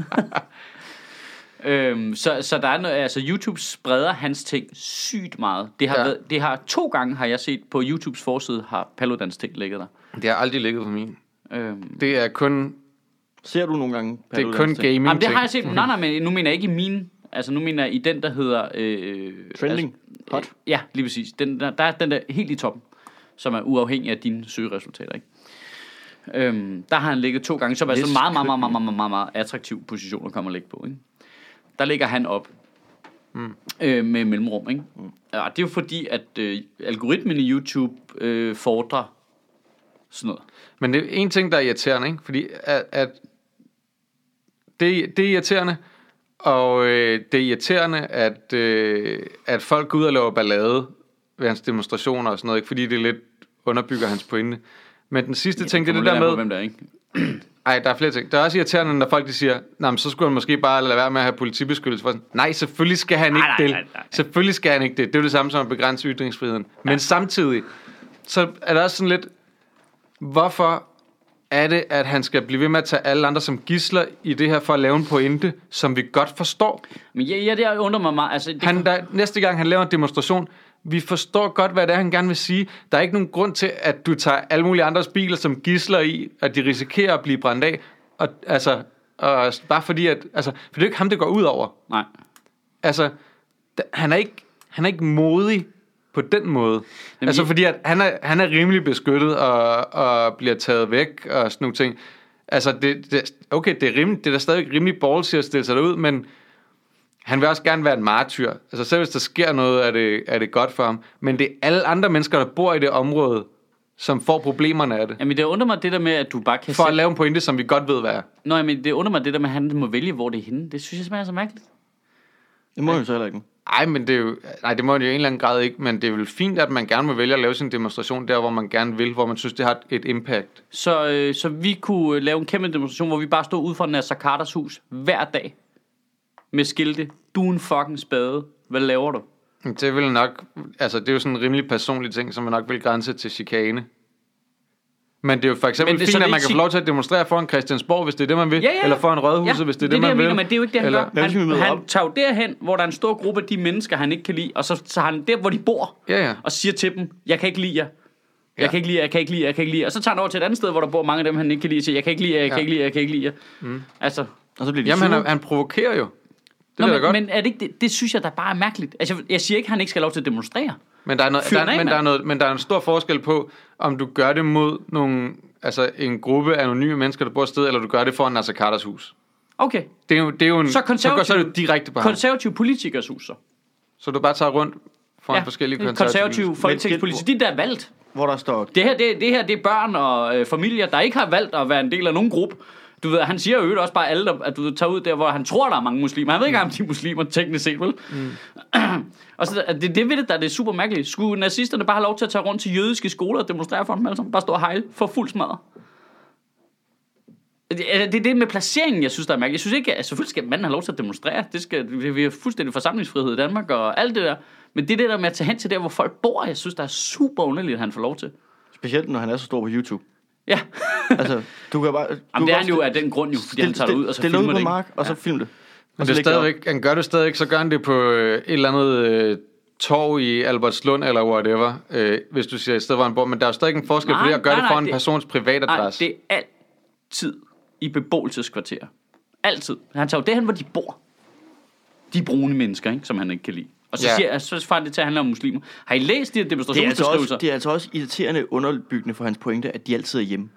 øhm, så, så der er noget, altså YouTube spreder hans ting sygt meget. Det har, Ja. ja. været, det har to gange har jeg set på YouTubes forside har Paludans ting ligget der. Det har aldrig ligget på min. Øhm, Det er kun, Ser du nogle gange det er kun gaming jamen, det ting. har jeg set. Nej, nej, men nu mener jeg ikke i min. Altså nu mener jeg i den der hedder øh, Trending. Altså, Hot. øh, ja, lige præcis. Den der, der er den der helt i toppen, som er uafhængig af dine søgeresultater, ikke? Øhm, der har han ligget to gange, som er sådan en meget, meget, meget, meget, meget, meget, meget attraktiv position at komme og ligge på, ikke? Der ligger han op mm. øh, med mellemrum, ikke? Mm. Og det er jo fordi, at øh, algoritmen i YouTube øh, fordrer sådan noget. Men det er en ting, der er irriterende, ikke? Fordi at, at det, det er irriterende, og øh, det er irriterende, at, øh, at folk går ud og laver ballade ved hans demonstrationer og sådan noget, ikke? Fordi det lidt underbygger hans pointe. Men den sidste ja, ting, det er det der med... På, hvem der er, ikke? Ej, der er flere ting. Det er også irriterende, når folk de siger, nej, men så skulle han måske bare lade være med at have politibeskyttelse. For sådan, nej, selvfølgelig skal han ikke Nej, nej, det. nej, nej. Selvfølgelig skal han ikke det. Det er jo det samme som at begrænse ytringsfriheden. Men Ja. samtidig, så er der også sådan lidt, hvorfor er det, at han skal blive ved med at tage alle andre som gidsler i det her for at lave en pointe, som vi godt forstår? Men ja, ja, det undrer mig meget. Altså, det Han, der, næste gang han laver en demonstration, vi forstår godt, hvad det er, han gerne vil sige. Der er ikke nogen grund til, at du tager alle mulige andres biler som gidsler i, at de risikerer at blive brændt af. Og, altså, og bare fordi, at... Altså, for det er jo ikke ham, det går ud over. Nej. Altså, da, han, er ikke, han er ikke modig på den måde. Jamen, altså, I- fordi at han, er, han er rimelig beskyttet og, og bliver taget væk og sådan nogle ting. Altså, det, det, okay, det er, rimelig, det er da stadig rimelig ballsy at stille sig derud, men... Han vil også gerne være en martyr. Altså selv hvis der sker noget, er det, er det godt for ham. Men det er alle andre mennesker, der bor i det område, som får problemerne af det. Jamen det undrer mig det der med, at du bare kan For at sætte... lave en pointe, som vi godt ved, hvad er. Nå, men det undrer mig det der med, at han må vælge, hvor det er henne. Det synes jeg simpelthen er så mærkeligt. Det må jo så heller ikke. Ej, men det er jo, nej, det må jo i en eller anden grad ikke, men det er vel fint, at man gerne vil vælge at lave sin demonstration der, hvor man gerne vil, hvor man synes, det har et impact. Så, øh, så vi kunne lave en kæmpe demonstration, hvor vi bare stod ude for Nasser Carters hus hver dag med skilte. Du er en fucking spade. Hvad laver du? Det vil nok, altså det er jo sådan en rimelig personlig ting, som man nok vil grænse til chikane. Men det er jo for eksempel det, fint, at man kan sig- få lov til at demonstrere foran Christiansborg, hvis det er det, man vil. Ja, ja. Eller foran Rådhuset, ja, hvis det er det, det, man jeg vil. mener, men det er jo ikke det, han eller, gør. Han, skal vi møde han op? tager jo derhen, hvor der er en stor gruppe af de mennesker, han ikke kan lide, og så tager han der, hvor de bor, Ja, ja. og siger til dem, jeg kan ikke lide jer. Jeg Ja. kan ikke lide jer, jeg kan ikke lide jer, jeg kan ikke lide jer. Og så tager han over til et andet sted, hvor der bor mange af dem, han ikke kan lide, og siger, jeg kan ikke lide jer, jeg kan Ja. ikke lide jer, jeg kan ikke lide jer. Mm. Altså... Og så bliver de Jamen, han, sure. er- han provokerer jo. Det Nå, er da men, godt. men er det, ikke, det, det synes jeg da bare er mærkeligt. Altså, jeg, jeg siger ikke, at han ikke skal have lov til at demonstrere. Men der er, noget, Fyr der, den af, men, der er mand. noget, men der er en stor forskel på, om du gør det mod nogle, altså en gruppe anonyme mennesker, der bor et sted, eller du gør det foran Nasser Carters hus. Okay, Det er jo, det er jo en, så så, konservative, så er det direkte på ham. konservative politikers hus så. Så du bare tager rundt foran forskellige konservative. konservative folketingspolitikere, de der er valgt. Hvor der står... Det her, det, det her, det er børn og øh, familier, der ikke har valgt at være en del af nogen gruppe. Du ved, han siger jo også bare alle, der, at du tager ud der, hvor han tror, der er mange muslimer. Han ved ikke, om de er muslimer teknisk set, vel? Mm. Og så det, det ved det, der det er super mærkeligt. Skulle nazisterne bare have lov til at tage rundt til jødiske skoler og demonstrere for dem alle sammen? Bare stå og hejle for fuld smadret. Det er det, det med placeringen, jeg synes, der er mærkeligt. Jeg synes ikke, at selvfølgelig skal manden have lov til at demonstrere. Det skal, vi har fuldstændig forsamlingsfrihed i Danmark og alt det der. Men det er det der med at tage hen til der, hvor folk bor, jeg synes, der er super underligt, at han får lov til. Specielt, når han er så stor på YouTube. Ja. Altså, du kan bare... Du Jamen, det er han kan jo godt af den grund jo, fordi stil- han tager det ud, og så stil- filmer stille ud det, på ikke? mark, og så Ja. film det. Men Og det så er læg det op. stadigvæk, han gør det stadigvæk, så gør han det på øh, et eller andet øh, torv i Albertslund eller whatever, øh, hvis du siger et sted, hvor han bor. Men der er jo stadig en forskel Nej, på det at gøre nej, det foran nej, en det- persons privatadresse. Nej, det er altid i beboelseskvarterer. Altid. Han tager jo derhen, hvor de bor. De brune mennesker, ikke, som han ikke kan lide. Og så Ja. siger jeg, så får han det til at handle om muslimer. Har I læst de her Det er, altså demonstrationsbeskrivelser? også, det er altså også irriterende underbyggende for hans pointe, at de altid er hjemme.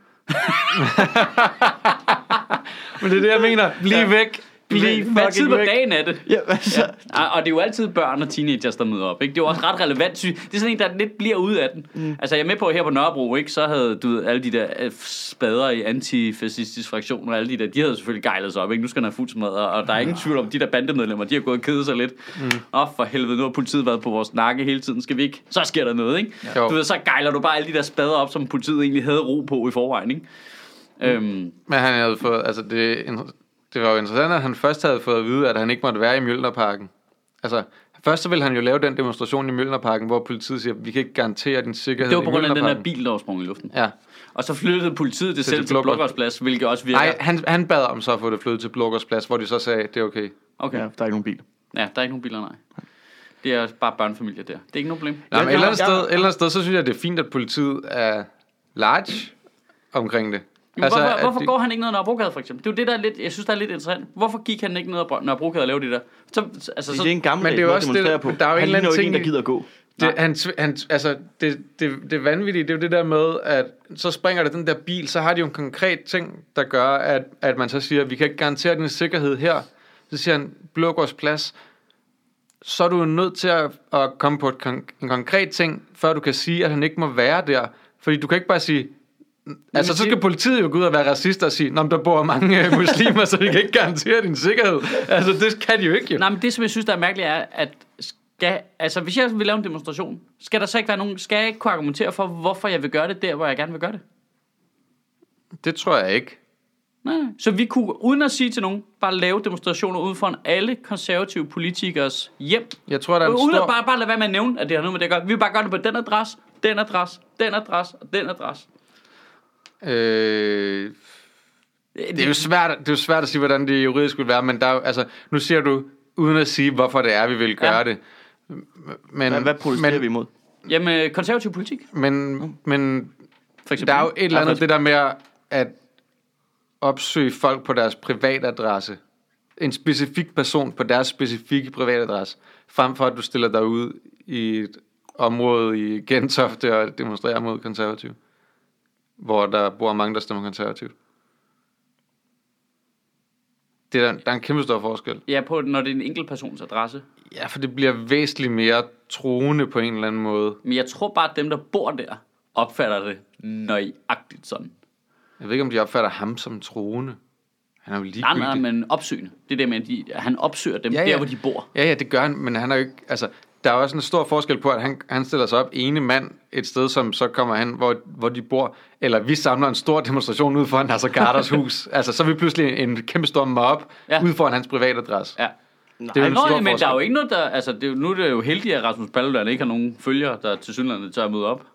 Men det er det, jeg mener. Bliv Ja. væk. Bliv Hvad tid fucking på væk. dagen er det? Ja, altså... Ja. Og det er jo altid børn og teenagers, der møder op, ikke? Det er jo også ret relevant. synes jeg. Det er sådan en, der lidt bliver ud af den. Mm. Altså, jeg er med på her på Nørrebro, ikke? Så havde du ved, alle de der øh, spader i antifascistisk fraktion og alle de der, de havde selvfølgelig gejlet sig op, ikke? Nu skal han have fuld smadret, og der er ingen tvivl om, de der bandemedlemmer, de har gået og kedet sig lidt. Åh, mm. oh, for helvede, nu har politiet været på vores nakke hele tiden, skal vi ikke? Så sker der noget, ikke? Jo. Du ved, så gejler du bare alle de der spader op, som politiet egentlig havde ro på i forvejen, ikke? Mm. Øhm, Men han havde fået, altså det, det var jo interessant, at han først havde fået at vide, at han ikke måtte være i Mjølnerparken. Altså, først så ville han jo lave den demonstration i Mjølnerparken, hvor politiet siger, vi kan ikke garantere din sikkerhed det var i på grund af den der Mjølnerparken. bil, der var sprunget i luften. Ja. Og så flyttede politiet det Til selv det til Blågårds- Blågårdsplads, hvilket også virker... Nej, han, han bad om så at få det flyttet til Blågårdsplads, hvor de så sagde, det er okay. Okay. Ja, der er ikke nogen bil. Ja, der er ikke nogen biler, nej. Det er bare børnefamilier der. Det er ikke noget problem. Nej, men et jeg eller har- andet jeg sted, har- et eller andet sted, så synes jeg, det er fint, at politiet er large omkring det. Men altså, hvorfor, at hvorfor de- går han ikke ned ad Nørrebrogade, for eksempel? Det er jo det, der er lidt, jeg synes, der er lidt interessant. Hvorfor gik han ikke ned ad Nørrebrogade og lave det der? Så, altså, så, Det er en gammel men det er jo også demonstrere det- på. der er jo en Han eller anden ligner jo ikke ting en, der i- gider gå. Det, han, han, altså, det, det, det vanvittige, det er jo det der med, at så springer der den der bil, så har de jo en konkret ting, der gør, at, at man så siger, vi kan ikke garantere din sikkerhed her. Så siger han, Blågårdsplads, så er du jo nødt til at, at komme på et kon- en konkret ting, før du kan sige, at han ikke må være der. Fordi du kan ikke bare sige, altså så skal det- politiet jo gå ud og være racister og sige, nå, men der bor mange øh, muslimer, så de kan ikke garantere din sikkerhed. Altså det kan de jo ikke jo. nej, men det, som jeg synes, der er mærkeligt, er, at skal, altså, hvis jeg vil lave en demonstration, skal der så ikke være nogen, skal jeg ikke kunne argumentere for, hvorfor jeg vil gøre det der, hvor jeg gerne vil gøre det? Det tror jeg ikke. Nej, nej. Så vi kunne, uden at sige til nogen, bare lave demonstrationer ude foran alle konservative politikers hjem. Jeg tror, der er en Uden stor... at bare, bare lade være med at nævne, at det har noget med det at gøre. Vi vil bare gøre det på den adresse, den adresse, den adresse og den adresse. Øh, det er jo svært, det er jo svært at sige, hvordan det juridisk vil være, men der er jo, altså, nu siger du, uden at sige, hvorfor det er, vi vil gøre Ja. det. Men, Hvad, hvad protesterer men, vi imod? Jamen, konservativ politik, Men, men for eksempel. der er jo et eller andet, Altså- det der med at opsøge folk på deres privatadresse. En specifik person på deres specifikke privatadresse. Frem for, at du stiller dig ud i et område i Gentofte og demonstrerer mod konservativ. Hvor der bor mange, der stemmer konservativt. Det er der, der er en kæmpe stor forskel. Ja, på, når det er en enkelt persons adresse. Ja, for det bliver væsentligt mere truende på en eller anden måde. Men jeg tror bare, at dem, der bor der, opfatter det nøjagtigt sådan. Jeg ved ikke, om de opfatter ham som truende. Han er jo Nej, nej, men opsøgende. Det er det med, at de, han opsøger dem Ja, ja. der, hvor de bor. Ja, ja, det gør han, men han er jo ikke, altså, der er også en stor forskel på, at han, han stiller sig op ene mand et sted, som så kommer han, hvor, hvor de bor, eller vi samler en stor demonstration ud foran Nasser Garders hus. Altså, så er vi pludselig en kæmpe stor mob Ja. ud foran hans privatadresse. Ja. Det er jo en Nå, stor men der forskel. er jo ikke noget, der... Altså, det er, jo- nu er det jo heldigt, at Rasmus Paludan ikke har nogen følgere, der til synligheden tør at møde op.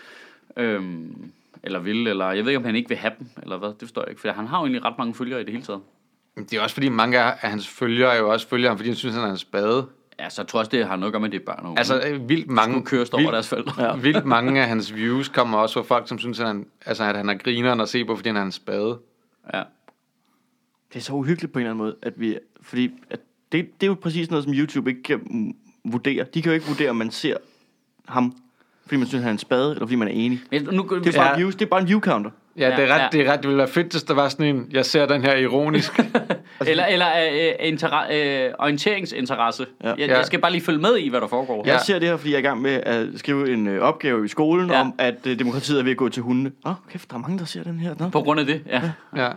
Øhm, eller vil, eller... Jeg ved ikke, om han ikke vil have dem, eller hvad. Det forstår jeg ikke, for han har jo egentlig ret mange følgere i det hele taget. Det er også fordi, mange af hans følgere er jo også følger ham, fordi de synes, han er en spade. Ja, så jeg tror også, det har noget at gøre med, det er børn og unge. Altså, øh, vildt mange... Skulle køres over vildt, deres forældre. ja. vildt mange af hans views kommer også fra folk, som synes, at han, altså, at han er grineren at se på, fordi han er en spade. Ja. Det er så uhyggeligt på en eller anden måde, at vi... Fordi at det, det er jo præcis noget, som YouTube ikke kan mm, vurdere. De kan jo ikke vurdere, om man ser ham, fordi man synes, han er en spade, eller fordi man er enig. Men nu, Det er bare, Ja. ja. views, det er bare en view counter. Ja, det er Ja, ret, ja. det er ret, det ville være fedt, hvis der var sådan en, jeg ser den her ironisk. Eller, eller øh, intera- øh, orienteringsinteresse. Ja. Jeg, Ja. jeg skal bare lige følge med i, hvad der foregår. Jeg Ja. ser det her, fordi jeg er i gang med at skrive en øh, opgave i skolen, Ja. ja. om at øh, demokratiet er ved at gå til hundene. Åh, kæft, der er mange, der ser den her. Nå. På grund af det, ja. ja.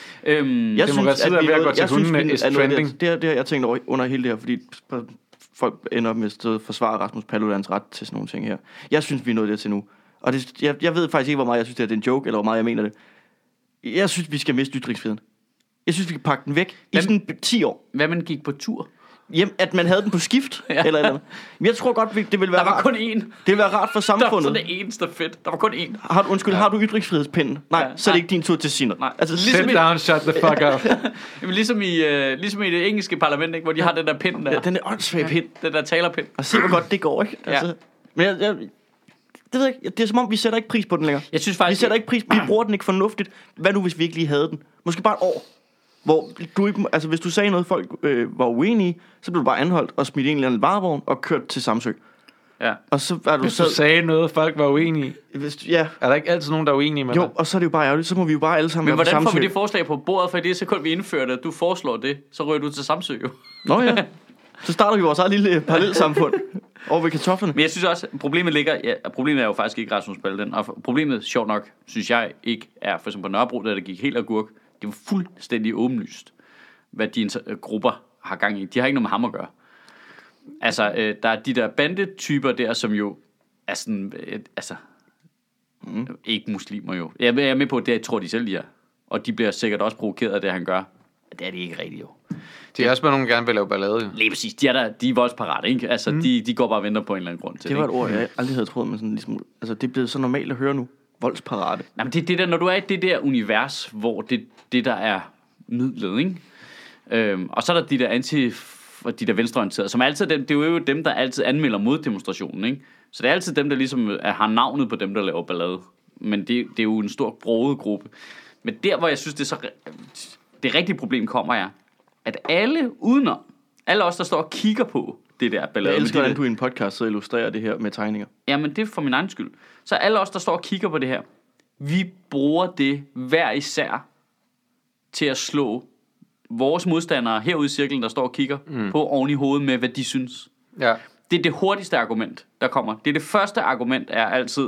Øhm, Jeg Demokratiet er vi ved at nåede- gå til jeg synes, hundene vi is er nået trending. der- Det er det, har jeg tænkt over under hele det her, fordi folk ender med at forsvare Rasmus Paludans ret til sådan nogle ting her. Jeg synes, vi er nået der til nu. Og det, jeg, jeg ved faktisk ikke, hvor meget jeg synes, det er en joke, eller hvor meget jeg mener det. Jeg synes, vi skal miste ytringsfriheden. Jeg synes, vi kan pakke den væk i Hvem- sådan ti år. hvad man gik på tur? Hjem, at man havde den på skift, Ja. ja. eller eller andet. Men jeg tror godt, vi- det ville være Der var rart. kun én. Det ville være rart for Der var samfundet. sådan det eneste fedt. Der var kun én. Har du, undskyld, ja. har du ytringsfrihedspinden? Nej, Ja. ja. så er det Nej. ikke din tur til Sinner. Nej. Altså, Ligesom Sit i- down, shut the fuck up. Jamen, ligesom, i, øh, ligesom i det engelske parlament, ikke, hvor de har den der pind der. ja, den er åndssvag pind. Den der talerpind. Og se, hvor godt det går, ikke? Altså, Ja. Men jeg, jeg, det ved jeg ikke. Det er som om, vi sætter ikke pris på den længere. Jeg synes Vi faktisk... sætter ikke pris, vi bruger den ikke fornuftigt. Hvad nu, hvis vi ikke lige havde den? Måske bare et år. Hvor du ikke, altså hvis du sagde noget, folk øh, var uenige i, så blev du bare anholdt og smidt i en eller anden varevogn og kørt til Samsø. Ja. Og så er du Hvis så... du sagde noget, folk var uenige i. Hvis, du- ja, Er der ikke altid nogen, der er uenige med jo, dig? og så er det jo bare ærgerligt. Så må vi jo bare alle sammen Men være på hvordan får Samsø. vi det forslag på bordet? For i det sekund, vi indfører det, at du foreslår det, så rører du til Samsø jo. Nå ja. Så starter vi vores eget lille parallelsamfund over ved kartoflerne. Men jeg synes også, problemet ligger... Ja, problemet er jo faktisk ikke Rasmus Paludan. Og problemet, sjovt nok, synes jeg ikke er... For eksempel på Nørrebro, da det gik helt agurk. Det var fuldstændig åbenlyst, hvad de inter- grupper har gang i. De har ikke noget med ham at gøre. Altså, øh, der er de der bandetyper der, som jo er sådan... Øh, altså... Mm. Ikke muslimer jo. Jeg er med på, at det jeg tror de selv, de er. Og de bliver sikkert også provokeret af det, han gør. Men det er det ikke rigtigt jo. Det er også bare nogen, der gerne vil lave ballade, jo. Lige præcis. De er, der, de er voldsparate, ikke? Altså, mm. de, de går bare og venter på en eller anden grund til Det var et ikke? ord, jeg aldrig havde troet, men sådan ligesom... Altså, det er blevet så normalt at høre nu. Voldsparate. Nej, men det er det der, når du er i det der univers, hvor det, det der er midlet, ikke? Øhm, og så er der de der anti... de der venstreorienterede, som er altid dem, det er jo dem, der altid anmelder mod demonstrationen, ikke? Så det er altid dem, der ligesom er, har navnet på dem, der laver ballade. Men det, det er jo en stor broget gruppe. Men der, hvor jeg synes, det er så... Det rigtige problem kommer, er, at alle udenom, alle os, der står og kigger på det der ballade... Jeg med elsker, de hvordan der- du i en podcast så illustrerer det her med tegninger. Jamen, det er for min egen skyld. Så alle os, der står og kigger på det her, vi bruger det hver især til at slå vores modstandere herude i cirklen, der står og kigger mm. på oven i hovedet med, hvad de synes. Ja. Det er det hurtigste argument, der kommer. Det er det første argument, er altid,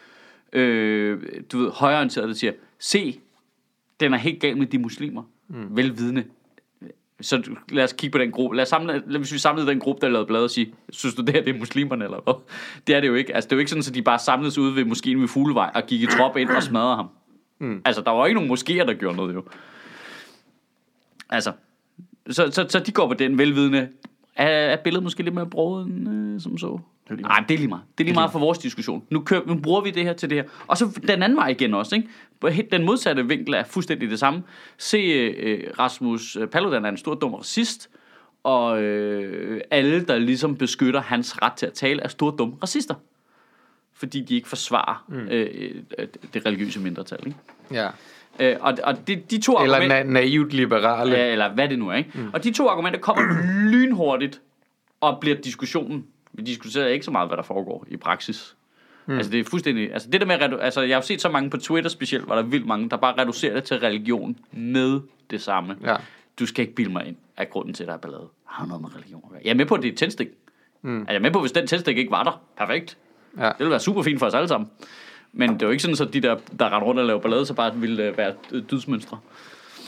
øh, du ved, højreorienteret, der siger, se, den er helt gal med de muslimer. Mm. Velvidende. Så du- lad os kigge på den gruppe. Lad os samle, lad, hvis vi samlede den gruppe, der lavede blade og sige, synes du det her, det er muslimerne eller hvad? Det er det jo ikke. Altså, det er jo ikke sådan, at de bare samledes ude ved moskeen ved Fuglevej og gik i trop ind og smadrede ham. Mm. Altså, der var ikke nogen moskéer, der gjorde noget jo. Altså, så, så, så de går på den velvidende. Er, er billedet måske lidt mere broget end øh, som så? Nej, det er lige meget. Det er lige meget for vores diskussion. Nu, kører, nu bruger vi det her til det her. Og så den anden vej igen også, ikke? Den modsatte vinkel er fuldstændig det samme. Se, øh, Rasmus Paludan er en stor dum racist, og øh, alle, der ligesom beskytter hans ret til at tale, er store dumme racister. Fordi de ikke forsvarer mm. øh, det religiøse mindretal, ikke? Ja. Øh, og og de, de to Eller argumenter... na- naivt liberale. Ja, eller hvad det nu er, ikke? Mm. Og de to argumenter kommer lynhurtigt og bliver diskussionen. Vi diskuterer ikke så meget, hvad der foregår i praksis. Mm. Altså det er fuldstændig... Altså det der med... Redu- altså jeg har jo set så mange på Twitter specielt, hvor der er vildt mange, der bare reducerer det til religion med det samme. Ja. Du skal ikke bilde mig ind af grunden til, at der er ballade. Har noget med religion at gøre. Jeg er med på, at det er et tændstik. Mm. Altså, jeg er med på, hvis den tændstik ikke var der. Perfekt. Ja. Det ville være super fint for os alle sammen. Men det er jo ikke sådan, at de der, der render rundt og laver ballade, så bare ville uh, være dødsmønstre.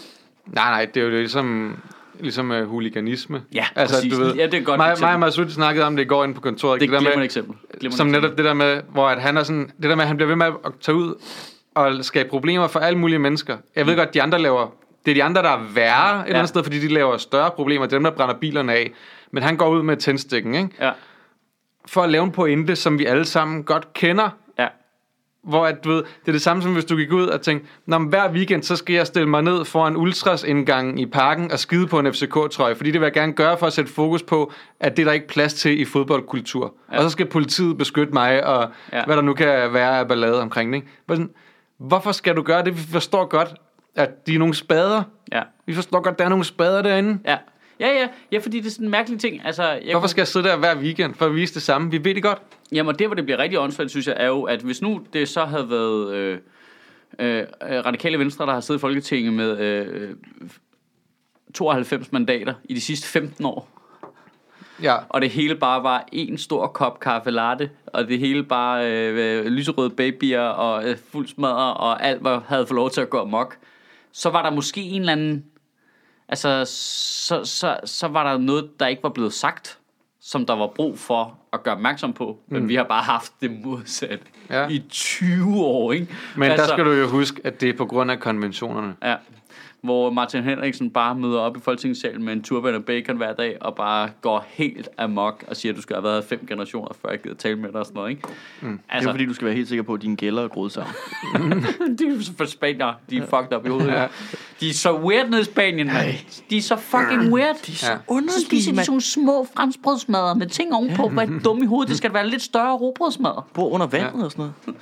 Nej, nej, det er jo ligesom, ligesom uh, huliganisme. Ja, altså, præcis. Du ved, ja, det er godt mig, mig og Masud snakkede om det i går inde på kontoret. Det, det glemmer et eksempel. Glemmer som eksempel. netop det der med, hvor at han er sådan, det der med, at han bliver ved med at tage ud og skabe problemer for alle mulige mennesker. Jeg ved mm. godt, de andre laver, det er de andre, der er værre et ja. eller andet sted, fordi de laver større problemer. Det er dem, der brænder bilerne af. Men han går ud med tændstikken, ikke? Ja. For at lave en pointe, som vi alle sammen godt kender. Ja. Hvor at, du ved, det er det samme som hvis du gik ud og tænkte, når hver weekend, så skal jeg stille mig ned foran Ultras indgang i parken og skide på en F C K-trøje, fordi det vil jeg gerne gøre for at sætte fokus på, at det er der ikke plads til i fodboldkultur. Ja. Og så skal politiet beskytte mig, og ja. hvad der nu kan være af ballade omkring det. Ikke? Hvorfor skal du gøre det? Vi forstår godt, at de er nogle spader. Ja. Vi forstår godt, at der er nogle spader derinde. Ja. Ja, ja, ja, fordi det er sådan en mærkelig ting. Altså, jeg Hvorfor skal jeg sidde der hver weekend for at vise det samme? Vi ved det godt. Jamen, og det, hvor det bliver rigtig åndssvagt, synes jeg, er jo, at hvis nu det så havde været øh, øh, Radikale Venstre, der har siddet i Folketinget med øh, tooghalvfems mandater i de sidste femten år, ja. og det hele bare var en stor kop kaffe latte, og det hele bare øh, lyserøde babyer og øh, fuld smadre, og alt var, havde fået lov til at gå amok, så var der måske en eller anden... Altså, så, så, så var der noget, der ikke var blevet sagt, som der var brug for at gøre opmærksom på. Men mm. vi har bare haft det modsat ja. i tyve år, ikke? Men altså, der skal du jo huske, at det er på grund af konventionerne. Ja, hvor Martin Henriksen bare møder op i Folketingssalen med en turban og bacon hver dag, og bare går helt amok og siger, at du skal have været fem generationer, før jeg gider tale med dig og sådan noget, ikke? Mm. Altså, det er fordi, du skal være helt sikker på, at dine gælder er groet sammen. De er for Spanier, de er fucked up i hovedet. Ja. De er så weird nede i Spanien, man. De er så fucking weird. De er så ja. underlige, så spiser de sådan nogle små franskbrødsmadder med ting ovenpå, ja. Hvad er dumme i hovedet? Det skal være lidt større råbrødsmadder. Bor under vandet ja. og sådan noget.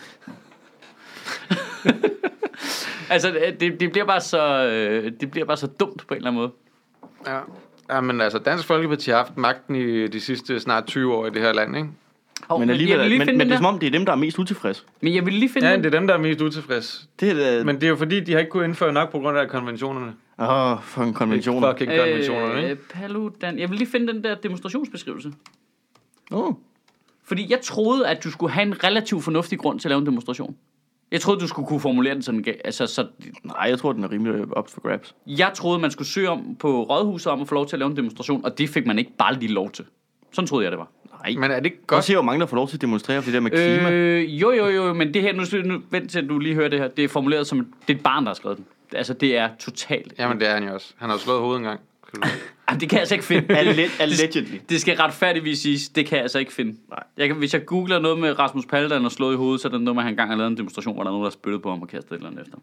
Altså, det, det, bliver bare så, det bliver bare så dumt på en eller anden måde. Ja. Ja, men altså, Dansk Folkeparti har haft magten i de sidste snart tyve år i det her land, ikke? Oh, men alligevel, men, men det er som om, det er dem, der er mest utilfredse. Men jeg vil lige finde Ja, den. det er dem, der er mest utilfredse. Det er det. Men det er jo fordi, de har ikke kunnet indføre nok på grund af konventionerne. Åh, oh, for en konventioner. Fucking konventionerne, øh, ikke? Paludan. Jeg vil lige finde den der demonstrationsbeskrivelse. Åh. Oh. Fordi jeg troede, at du skulle have en relativt fornuftig grund til at lave en demonstration. Jeg troede, du skulle kunne formulere den sådan. Altså, så... Nej, jeg tror, den er rimelig up for grabs. Jeg troede, man skulle søge om på Rådhuset om at få lov til at lave en demonstration, og det fik man ikke bare lige lov til. Sådan troede jeg, det var. Nej, men er det ikke godt? Jeg ser jo mange, der får lov til at demonstrere for det der med klima. Øh, jo, jo, jo, men det her, nu, nu vent til, at du lige hører det her. Det er formuleret som, det er et barn, der har skrevet den. Altså, det er totalt... Jamen, det er han jo også. Han har jo slået hovedet engang. Jamen, det kan jeg altså ikke finde. Allegedly. Det, det skal retfærdigvis siges, det kan jeg altså ikke finde. Nej. Jeg kan, hvis jeg googler noget med Rasmus Paludan og slået i hovedet, så er det noget med, at han engang har lavet en demonstration, hvor der er nogen, der har spyttet på ham og kastet et eller andet efter.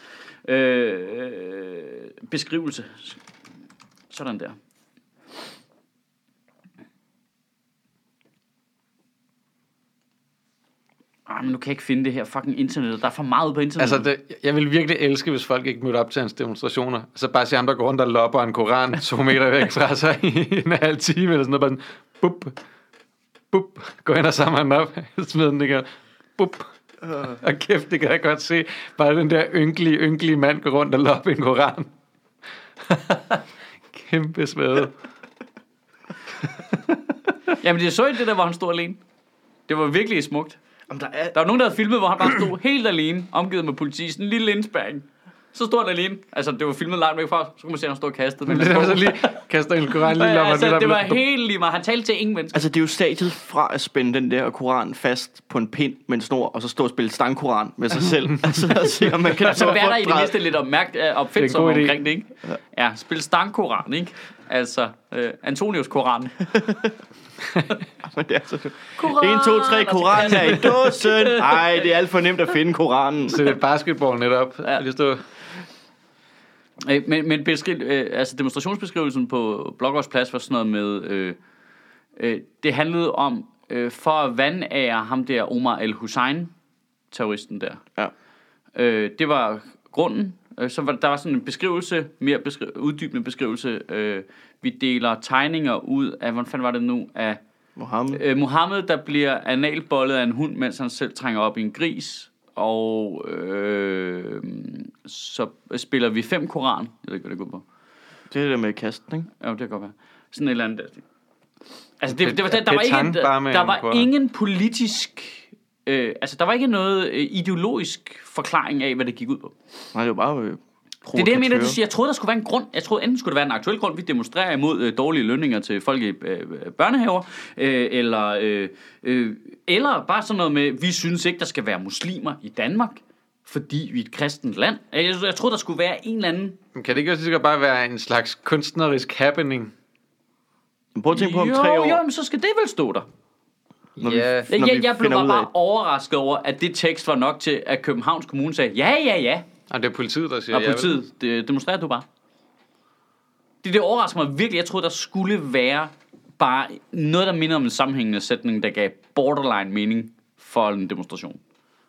Øh, beskrivelse. Sådan der. Ej, men nu kan jeg ikke finde det her fucking internet. Der er for meget på internet. Altså, det, jeg vil virkelig elske, hvis folk ikke mødte op til hans demonstrationer. Så bare se ham, der går rundt og lopper en koran to meter væk fra sig i en halv time eller sådan noget. Bare sådan, bup, bup, gå ind og samle den op. Smid den igen. Bup. Og kæft, det kan jeg godt se. Bare den der ynkelige, ynkelige mand går rundt og lopper en koran. Kæmpe svede. Jamen, det er så ikke det der, hvor han stod alene. Det var virkelig smukt. Jamen, der, er... der var nogen, der havde filmet, hvor han bare stod helt alene, omgivet med politi, sådan en lille indspærring. Så stod han alene. Altså, det var filmet langt væk fra, så kunne man se, at han stod og kastede. Men det var så lige, kaster en koran lige lommer. Altså, det, det var helt lige meget. Han talte til ingen mennesker. Altså, det er jo stadiet fra at spænde den der koran fast på en pind med en snor, og så stå og spille stangkoran med sig selv. Altså, at se, om man kan... Og så være der i det mindste lidt opmærk, opfindsom omkring det, ikke? Ja, spille stangkoran, ikke? Altså, øh, Antonius koran. Men det er så... en, to, tre, koranen er i dåsen. Ej, det er alt for nemt at finde koranen. Så det er basketball netop. Ja. Det står... øh, Men, men beskriv, øh, altså demonstrationsbeskrivelsen på Blågårds Plads var sådan noget med øh, øh, det handlede om øh, for at vandære ham der Omar el-Hussein, terroristen der. Ja. øh, Det var grunden. øh, Så var, der var sådan en beskrivelse, mere beskri- uddybende beskrivelse. øh, Vi deler tegninger ud af, hvordan fanden var det nu, af Mohammed. øh, Mohammed, der bliver analbollet af en hund, mens han selv trænger op i en gris. Og øh, så spiller vi fem koran. Jeg ved ikke, hvad det går på. Det er det med kasten, ikke? Ja, det kan godt være. Sådan et eller andet der. Altså, det, det, det var, der, der var, ikke, der, der var ingen politisk... Øh, altså, der var ikke noget øh, ideologisk forklaring af, hvad det gik ud på. Nej, det var bare... Øh, Det er det, jeg mener, du siger. Jeg troede, der skulle være en grund. Jeg troede, enten skulle det være en aktuel grund, vi demonstrerer imod øh, dårlige lønninger til folk i øh, børnehaver, øh, eller, øh, øh, eller bare sådan noget med, vi synes ikke, der skal være muslimer i Danmark, fordi vi er et kristent land. Jeg, jeg troede, der skulle være en eller anden... Kan det ikke også bare være en slags kunstnerisk happening? Prøv at tænke på om jo, tre år. Jo, men så skal det vel stå der. Når vi, Ja. når Jeg, vi jeg, jeg blev finder bare, ud af- bare overrasket over, at det tekst var nok til, at Københavns Kommune sagde, ja, ja, ja. Og det er politiet, der siger Og ja, vel? politiet, det demonstrerer du bare. Det, det overrasker mig virkelig. Jeg troede, der skulle være bare noget, der minder om en sammenhængende sætning, der gav borderline mening for en demonstration.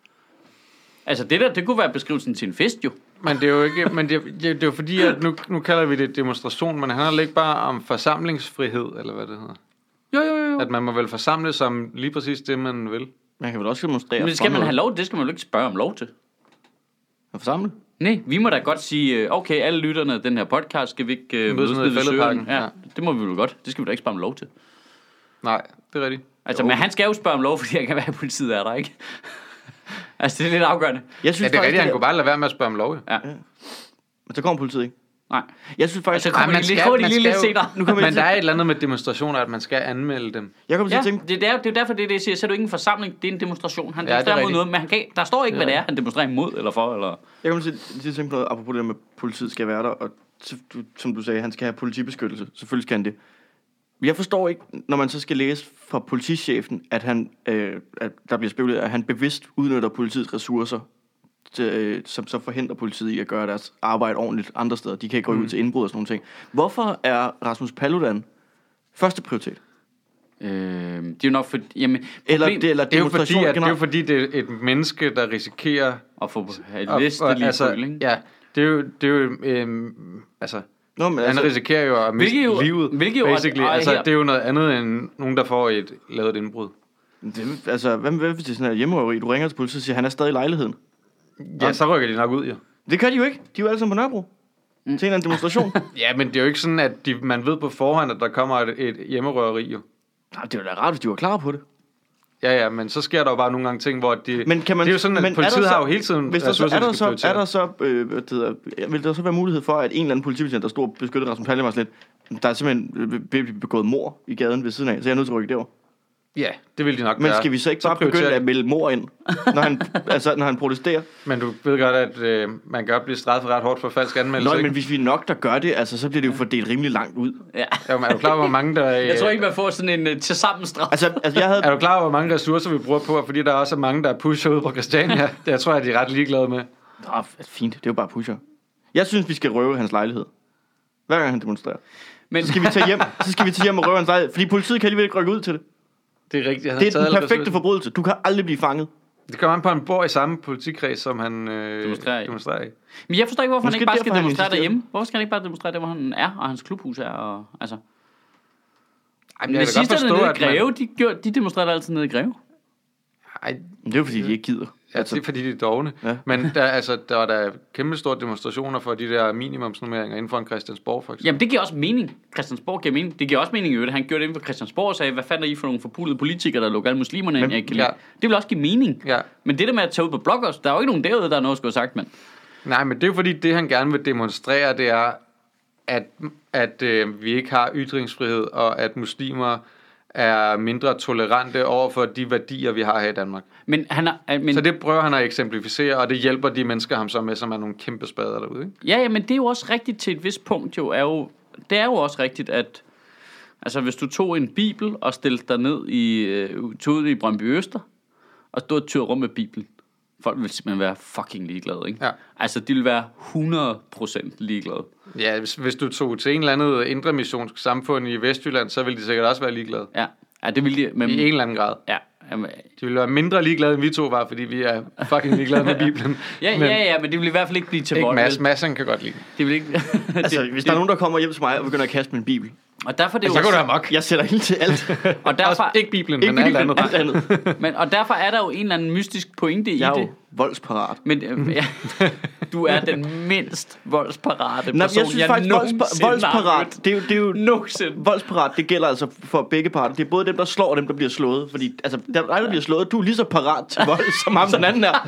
Altså det der, det kunne være beskrivelsen til en fest jo. Men det er jo ikke, men det, det, det er jo fordi, at nu, nu kalder vi det demonstration, men det handler ikke bare om forsamlingsfrihed, eller hvad det hedder. Jo, jo, jo. At man må vel forsamle som lige præcis det, man vil. Man kan vel også demonstrere. Men det skal man have lov, det skal man jo ikke spørge om lov til. At forsamle? Nej, vi må da godt sige, okay, alle lytterne af den her podcast, skal vi ikke uh, Mødes nede i ved Fælledparken. Søren? Ja, Ja. det må vi vel godt. Det skal vi da ikke spørge om lov til. Nej, det er rigtigt. Altså, men han skal jo spørge om lov, fordi han kan være, at politiet er der, ikke? Altså, det er lidt afgørende. Jeg synes Ja, det er faktisk, rigtigt, han det kunne bare lade være med at spørge om lov, jo. Ja. Men så kommer politiet ikke. Nej. Jeg synes faktisk, Altså, jeg kommer man de, skal- kommer de man lige skal lidt jo- senere. nu kommer jeg Men til, der er et eller andet med demonstrationer, at man skal anmelde dem. jeg kommer til Ja, at tænke, det, det, er, det er jo derfor, det er det, jeg siger. Så er det jo ikke en forsamling, det er en demonstration. Han Ja, det er demonstrerer mod rigtigt. noget, men han kan, der står ikke, hvad det er, han demonstrerer imod eller for. Eller... jeg kommer til, til at tænke på noget, apropos det med, at politiet skal være der, og så- du, som du sagde, han skal have politibeskyttelse. Selvfølgelig skal han det. Men jeg forstår ikke, når man så skal læse fra politichefen, at, han, øh, at der bliver spekuleret, at han bevidst udnytter politiets ressourcer, til, øh, som så forhindrer politiet i at gøre deres arbejde ordentligt andre steder. De kan ikke gå Mm. ud til indbrud og sådan nogle ting. Hvorfor er Rasmus Paludan første prioritet? Øh, det er jo nok for... Jamen, Eller, problem, det, eller Det er jo fordi, demonstration at, det er jo generelt? fordi, det er et menneske, der risikerer... at få et at- liste og- lige altså, føle, ikke? Ja, det er jo... Det er jo øhm, altså, Nå, men han altså, risikerer jo at miste Hvilket jo- livet, hvilket jo- basically. ej, Altså, her- det er jo noget andet end nogen, der får et lavet et indbrud. det, altså hvad, hvad hvis det er sådan her hjemmerøveri? Du ringer til politiet og siger, at han er stadig i lejligheden. Ja, så rykker de nok ud, jo. Det gør de jo ikke. De er jo alle sammen på Nørrebro. Mm. Til en eller anden demonstration. Ja, men det er jo ikke sådan, at de, man ved på forhånd, at der kommer et, et hjemmerøveri, jo. Nej, det er jo da rart, hvis de var klar på det. Ja, ja, men så sker der jo bare nogle gange ting, hvor de... Men kan man, det er jo sådan, at men er politiet der så, har jo hele tiden hvis der så, ressourcer, er der de skal så, er prioritere. der så øh, hvad det hedder, vil der så være mulighed for, at en eller anden politibetjent, der stod og beskyttede Rasmus Paludan sådan lidt, der er simpelthen be- be- begået mord i gaden ved siden af, så jeg er nødt til at rykke derover. Ja, det vil de nok Men gøre. skal vi så ikke bare prioriterer begynde de. at melde mord ind, når han, altså, når han protesterer? Men du ved godt, at øh, man kan godt blive straffet ret hårdt for falsk anmeldelse, Nå, ikke? men hvis vi er nok, der gør det, altså, så bliver det jo fordelt rimelig langt ud. Ja. Jo, men er du klar over, hvor mange der... Øh, Jeg tror ikke, man får sådan en uh, tilsammenstraf. Altså, altså jeg havde... Er du klar over, hvor mange ressourcer vi bruger på, fordi der er også mange, der er pusher ude på Christiania? Det jeg tror jeg, de er ret ligeglade med. Nå, fint, det er jo bare pusher. Jeg synes, vi skal røve hans lejlighed. Hver gang han demonstrerer. Men Så skal vi tage hjem, så skal vi tage hjem og røve hans lejlighed, fordi politiet kan alligevel ikke rykke ud til det. Det er rigtigt. Han Det har er taget den alle perfekte ressourcer. forbrydelse. Du kan aldrig blive fanget. Det kommer an på, at han bor i samme politikreds, som han øh, Demonstrerer i. demonstrerer i. Men jeg forstår ikke, hvorfor Måske han ikke bare skal derfor, han demonstrere insisterer. derhjemme. Hvorfor skal han ikke bare demonstrere der, hvor han er, og hans klubhus er, og altså... Ej, men jeg kan godt Nazisterne forstå, nede i at man... Greve, de, gjorde, de demonstrerede altid nede i Greve. Ej, Men det er jo fordi, de ikke gider. ja, det er fordi, de er dogne. Ja. Men der, altså, der var der kæmpe store demonstrationer for de der minimumsnummeringer inden for en Christiansborg, for eksempel. Jamen, det giver også mening. Christiansborg giver mening. Det giver også mening i øvrigt. Han gjorde det inden for Christiansborg og sagde, hvad fanden er I for nogle forpulede politikere, der lukker alle muslimerne ind, jeg ikke kan lide. ja. Det vil også give mening. Ja. Men det der med at tage ud på bloggers, der er jo ikke nogen derude, der er noget, skulle have sagt, mand. Nej, men det er jo fordi, det han gerne vil demonstrere, det er, at, at øh, vi ikke har ytringsfrihed, og at muslimer er mindre tolerante over for de værdier, vi har her i Danmark. Men han er, men, Så det prøver han at eksemplificere, og det hjælper de mennesker ham så med, som er nogle kæmpe spader derude, ikke? ja, ja, men det er jo også rigtigt til et vist punkt, jo. Er jo det er jo også rigtigt, at altså, hvis du tog en bibel og stillede dig ned i, øh, tog ud i Brøndby Øster, og stod og tyrede rum med bibelen, folk vil simpelthen være fucking ligeglade, ikke? Ja. Altså, de vil være hundrede procent ligeglade. Ja, hvis, hvis du tog til en eller anden indre missionsk samfund i Vestjylland, så ville de sikkert også være ligeglade. Ja, ja det vil de... Men, I en eller anden grad. ja, jamen, De ville være mindre ligeglade, end vi to var, fordi vi er fucking ligeglade med Bibelen. ja, Men ja, ja, men det vil i hvert fald ikke blive til ikke vold. Mads. vel? Mads, han kan godt lide. Det vil ikke... Altså, det, hvis der er nogen, der kommer hjem til mig og begynder at kaste min bibel, og derfor er det jo Så går også- du amok. jeg sætter helt til alt. og derfor, Også, ikke Bibelen, Ikke men alt Bibelen, andet. alt andet. men, og derfor er der jo en eller anden mystisk pointe i Jeg er det. jo voldsparat. Men øh, ja, du er den mindst voldsparate person, Nej, jeg synes jeg faktisk, voldspa- voldsparat, det er jo, det er jo nogensinde. voldsparat, det gælder altså for begge parter. Det er både dem, der slår, og dem, der bliver slået. Fordi, altså, der er der bliver slået, du er lige så parat til vold, som ham den anden er.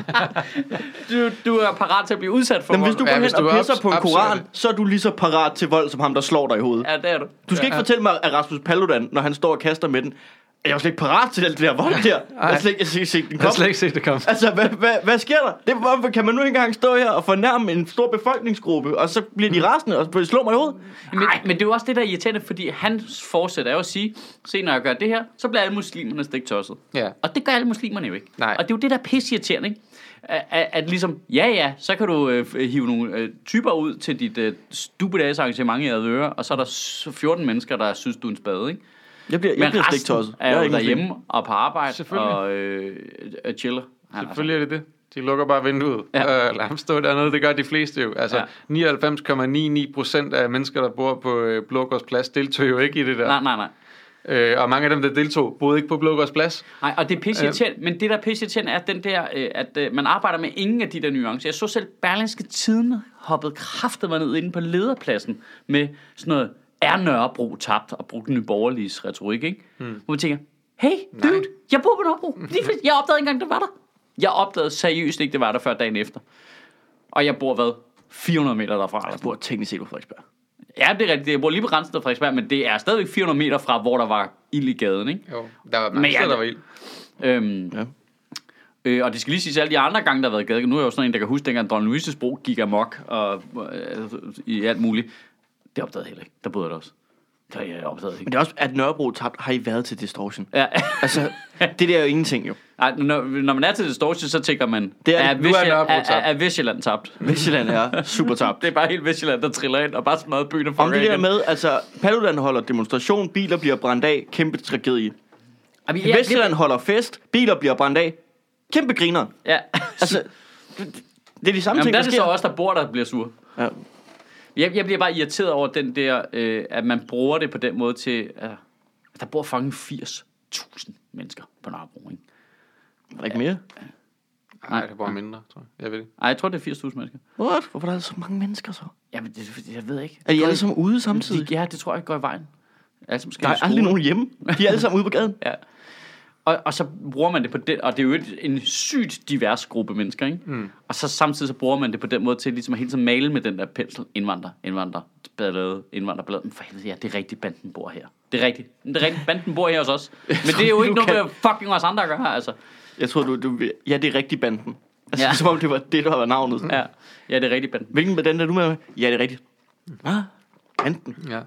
Du, du er parat til at blive udsat for Men vold. hvis du går Ja, hen hvis du og er pisser abs- på en absolut. koran, så er du lige så parat til vold, som ham, der slår dig i hovedet. Ja, det er du. Du skal ikke fortælle mig, at Rasmus Paludan, når han står og kaster med den, jeg var slet ikke parat til alt det der vold der. Jeg har slet ikke set, set den Jeg har komme. slet ikke set det komme. Altså, hvad, hvad, hvad sker der? Det, hvorfor kan man nu ikke engang stå her og fornærme en stor befolkningsgruppe, og så bliver de rasende og slår mig i hovedet? Men, men det er jo også det, der er irriterende, fordi hans forsæt er jo at sige, se, når jeg gør det her, så bliver alle muslimerne stiktosset. Ja. Og det gør alle muslimerne jo ikke. Nej. Og det er jo det, der er pisseirriterende, ikke? At, at, at ligesom, ja ja, så kan du øh, hive nogle øh, typer ud til dit øh, stupidags arrangement i Avedøre, og så er der s- fjorten mennesker, der synes, du er en spade, ikke? Jeg bliver, jeg Men bliver resten stiktosset. er Jeg jo ikke muslim. derhjemme og på arbejde Selvfølgelig. og øh, øh, chiller. Han er Selvfølgelig er det det. De lukker bare vinduet. Ja. Øh, lad ham stå dernede. Det gør de fleste jo. Altså, Ja. nioghalvfems komma nioghalvfems procent af mennesker, der bor på øh, Blågårds Plads, deltog jo ikke i det der. Nej, nej, nej. Øh, og mange af dem, der deltog, boede ikke på Blågårds Plads. Nej, og det er pisseirriterende, men det der er pisseirriterende er den der, øh, at øh, man arbejder med ingen af de der nuancer. Jeg så selv Berlingske Tidende hoppede kraftet mig ned inde på lederpladsen med sådan noget, er Nørrebro tabt, og brugte Nye Borgerliges retorik, ikke? Hmm. Hvor man tænker, hey, dude, Nej. jeg bor på Nørrebro. Jeg opdagede ikke engang, det var der. Jeg opdagede seriøst ikke, det var der før dagen efter. Og jeg bor, hvad? fire hundrede meter derfra. Jeg bor teknisk set på Frederiksberg. Ja, det er rigtigt. Jeg bor lige på grænsen af Frederiksberg, men det er stadigvæk fire hundrede meter fra, hvor der var ild i gaden, ikke? Jo, der var mange Men steder, ja, der var ild. Øhm, Ja. øh, og det skal lige siges, alle de andre gange, der har været gade. Nu er jeg jo sådan en, der kan huske, dengang Dronning Louises bro gik amok og øh, i alt muligt. Det opdagede jeg heller ikke. Der boede jeg da også. Det har jeg opdaget Men ikke. det er også, at Nørrebro tabt, har I været til distortion? Ja. Altså, det der er jo ingenting jo. Ej, når, når man er til Distortion, så tænker man, Det er- er, nu er Vestjylland, Nørrebro er, tabt. er, er Vestjylland tabt. Vestjylland er super tabt. Det er bare helt Vestjylland, der triller ind og bare smadrer byen og Om det der igen. med, altså, Paludan holder demonstration, biler bliver brændt af, kæmpe tragedie. Jamen, ja, Vestjylland holder fest, biler bliver brændt af, kæmpe griner. Ja. Altså, det, det er de samme Jamen, ting, der der er det sker. så også, der bor, der bliver sur. Ja. Jeg, jeg bliver bare irriteret over den der, øh, at man bruger det på den måde til, øh, der bor fucking firs tusind mennesker på Nørrebro, ikke? Er der ikke mere? Nej, det var mindre, tror jeg. Jeg ved det. Ej, jeg tror, det er firs tusind mennesker. What? Hvorfor er der så mange mennesker så? Jamen, det, jeg ved ikke. Er de Går alle I- sammen ude samtidig? De, ja, det tror jeg går i vejen. Alle som skal Der i er aldrig skole. nogen hjemme. De er alle sammen ude på gaden. Ja. Og, og så bruger man det på det, og det er jo et, en sygt divers gruppe mennesker, ikke? Mm. Og så samtidig så bruger man det på den måde til ligesom at hele tiden male med den der pensel. Indvandrer, indvandrer, ballade, indvandrer, ballade. Men for helvede, ja, det er rigtigt, banden bor her. Det er rigtigt. Det er rigtigt, banden bor her hos os. Men det er jo ikke du noget kan- med fucking os andre at gøre, altså. Jeg tror, du, du... Ja, det er rigtig banden. Altså, Ja. ja. Som om det var det, der var navnet. Ja, ja det er rigtigt, banden. Hvilken banden er du med? Ja, det er rigtigt. Hvad? Banden? Ja.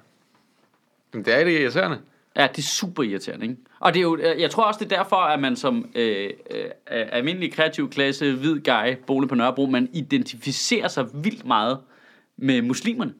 Men det er det irriterende. Ja, det er super irriterende, ikke? Og det er jo, jeg tror også, det er derfor, at man som øh, øh, almindelig kreativ klasse, hvid guy, boende på Nørrebro, man identificerer sig vildt meget med muslimerne.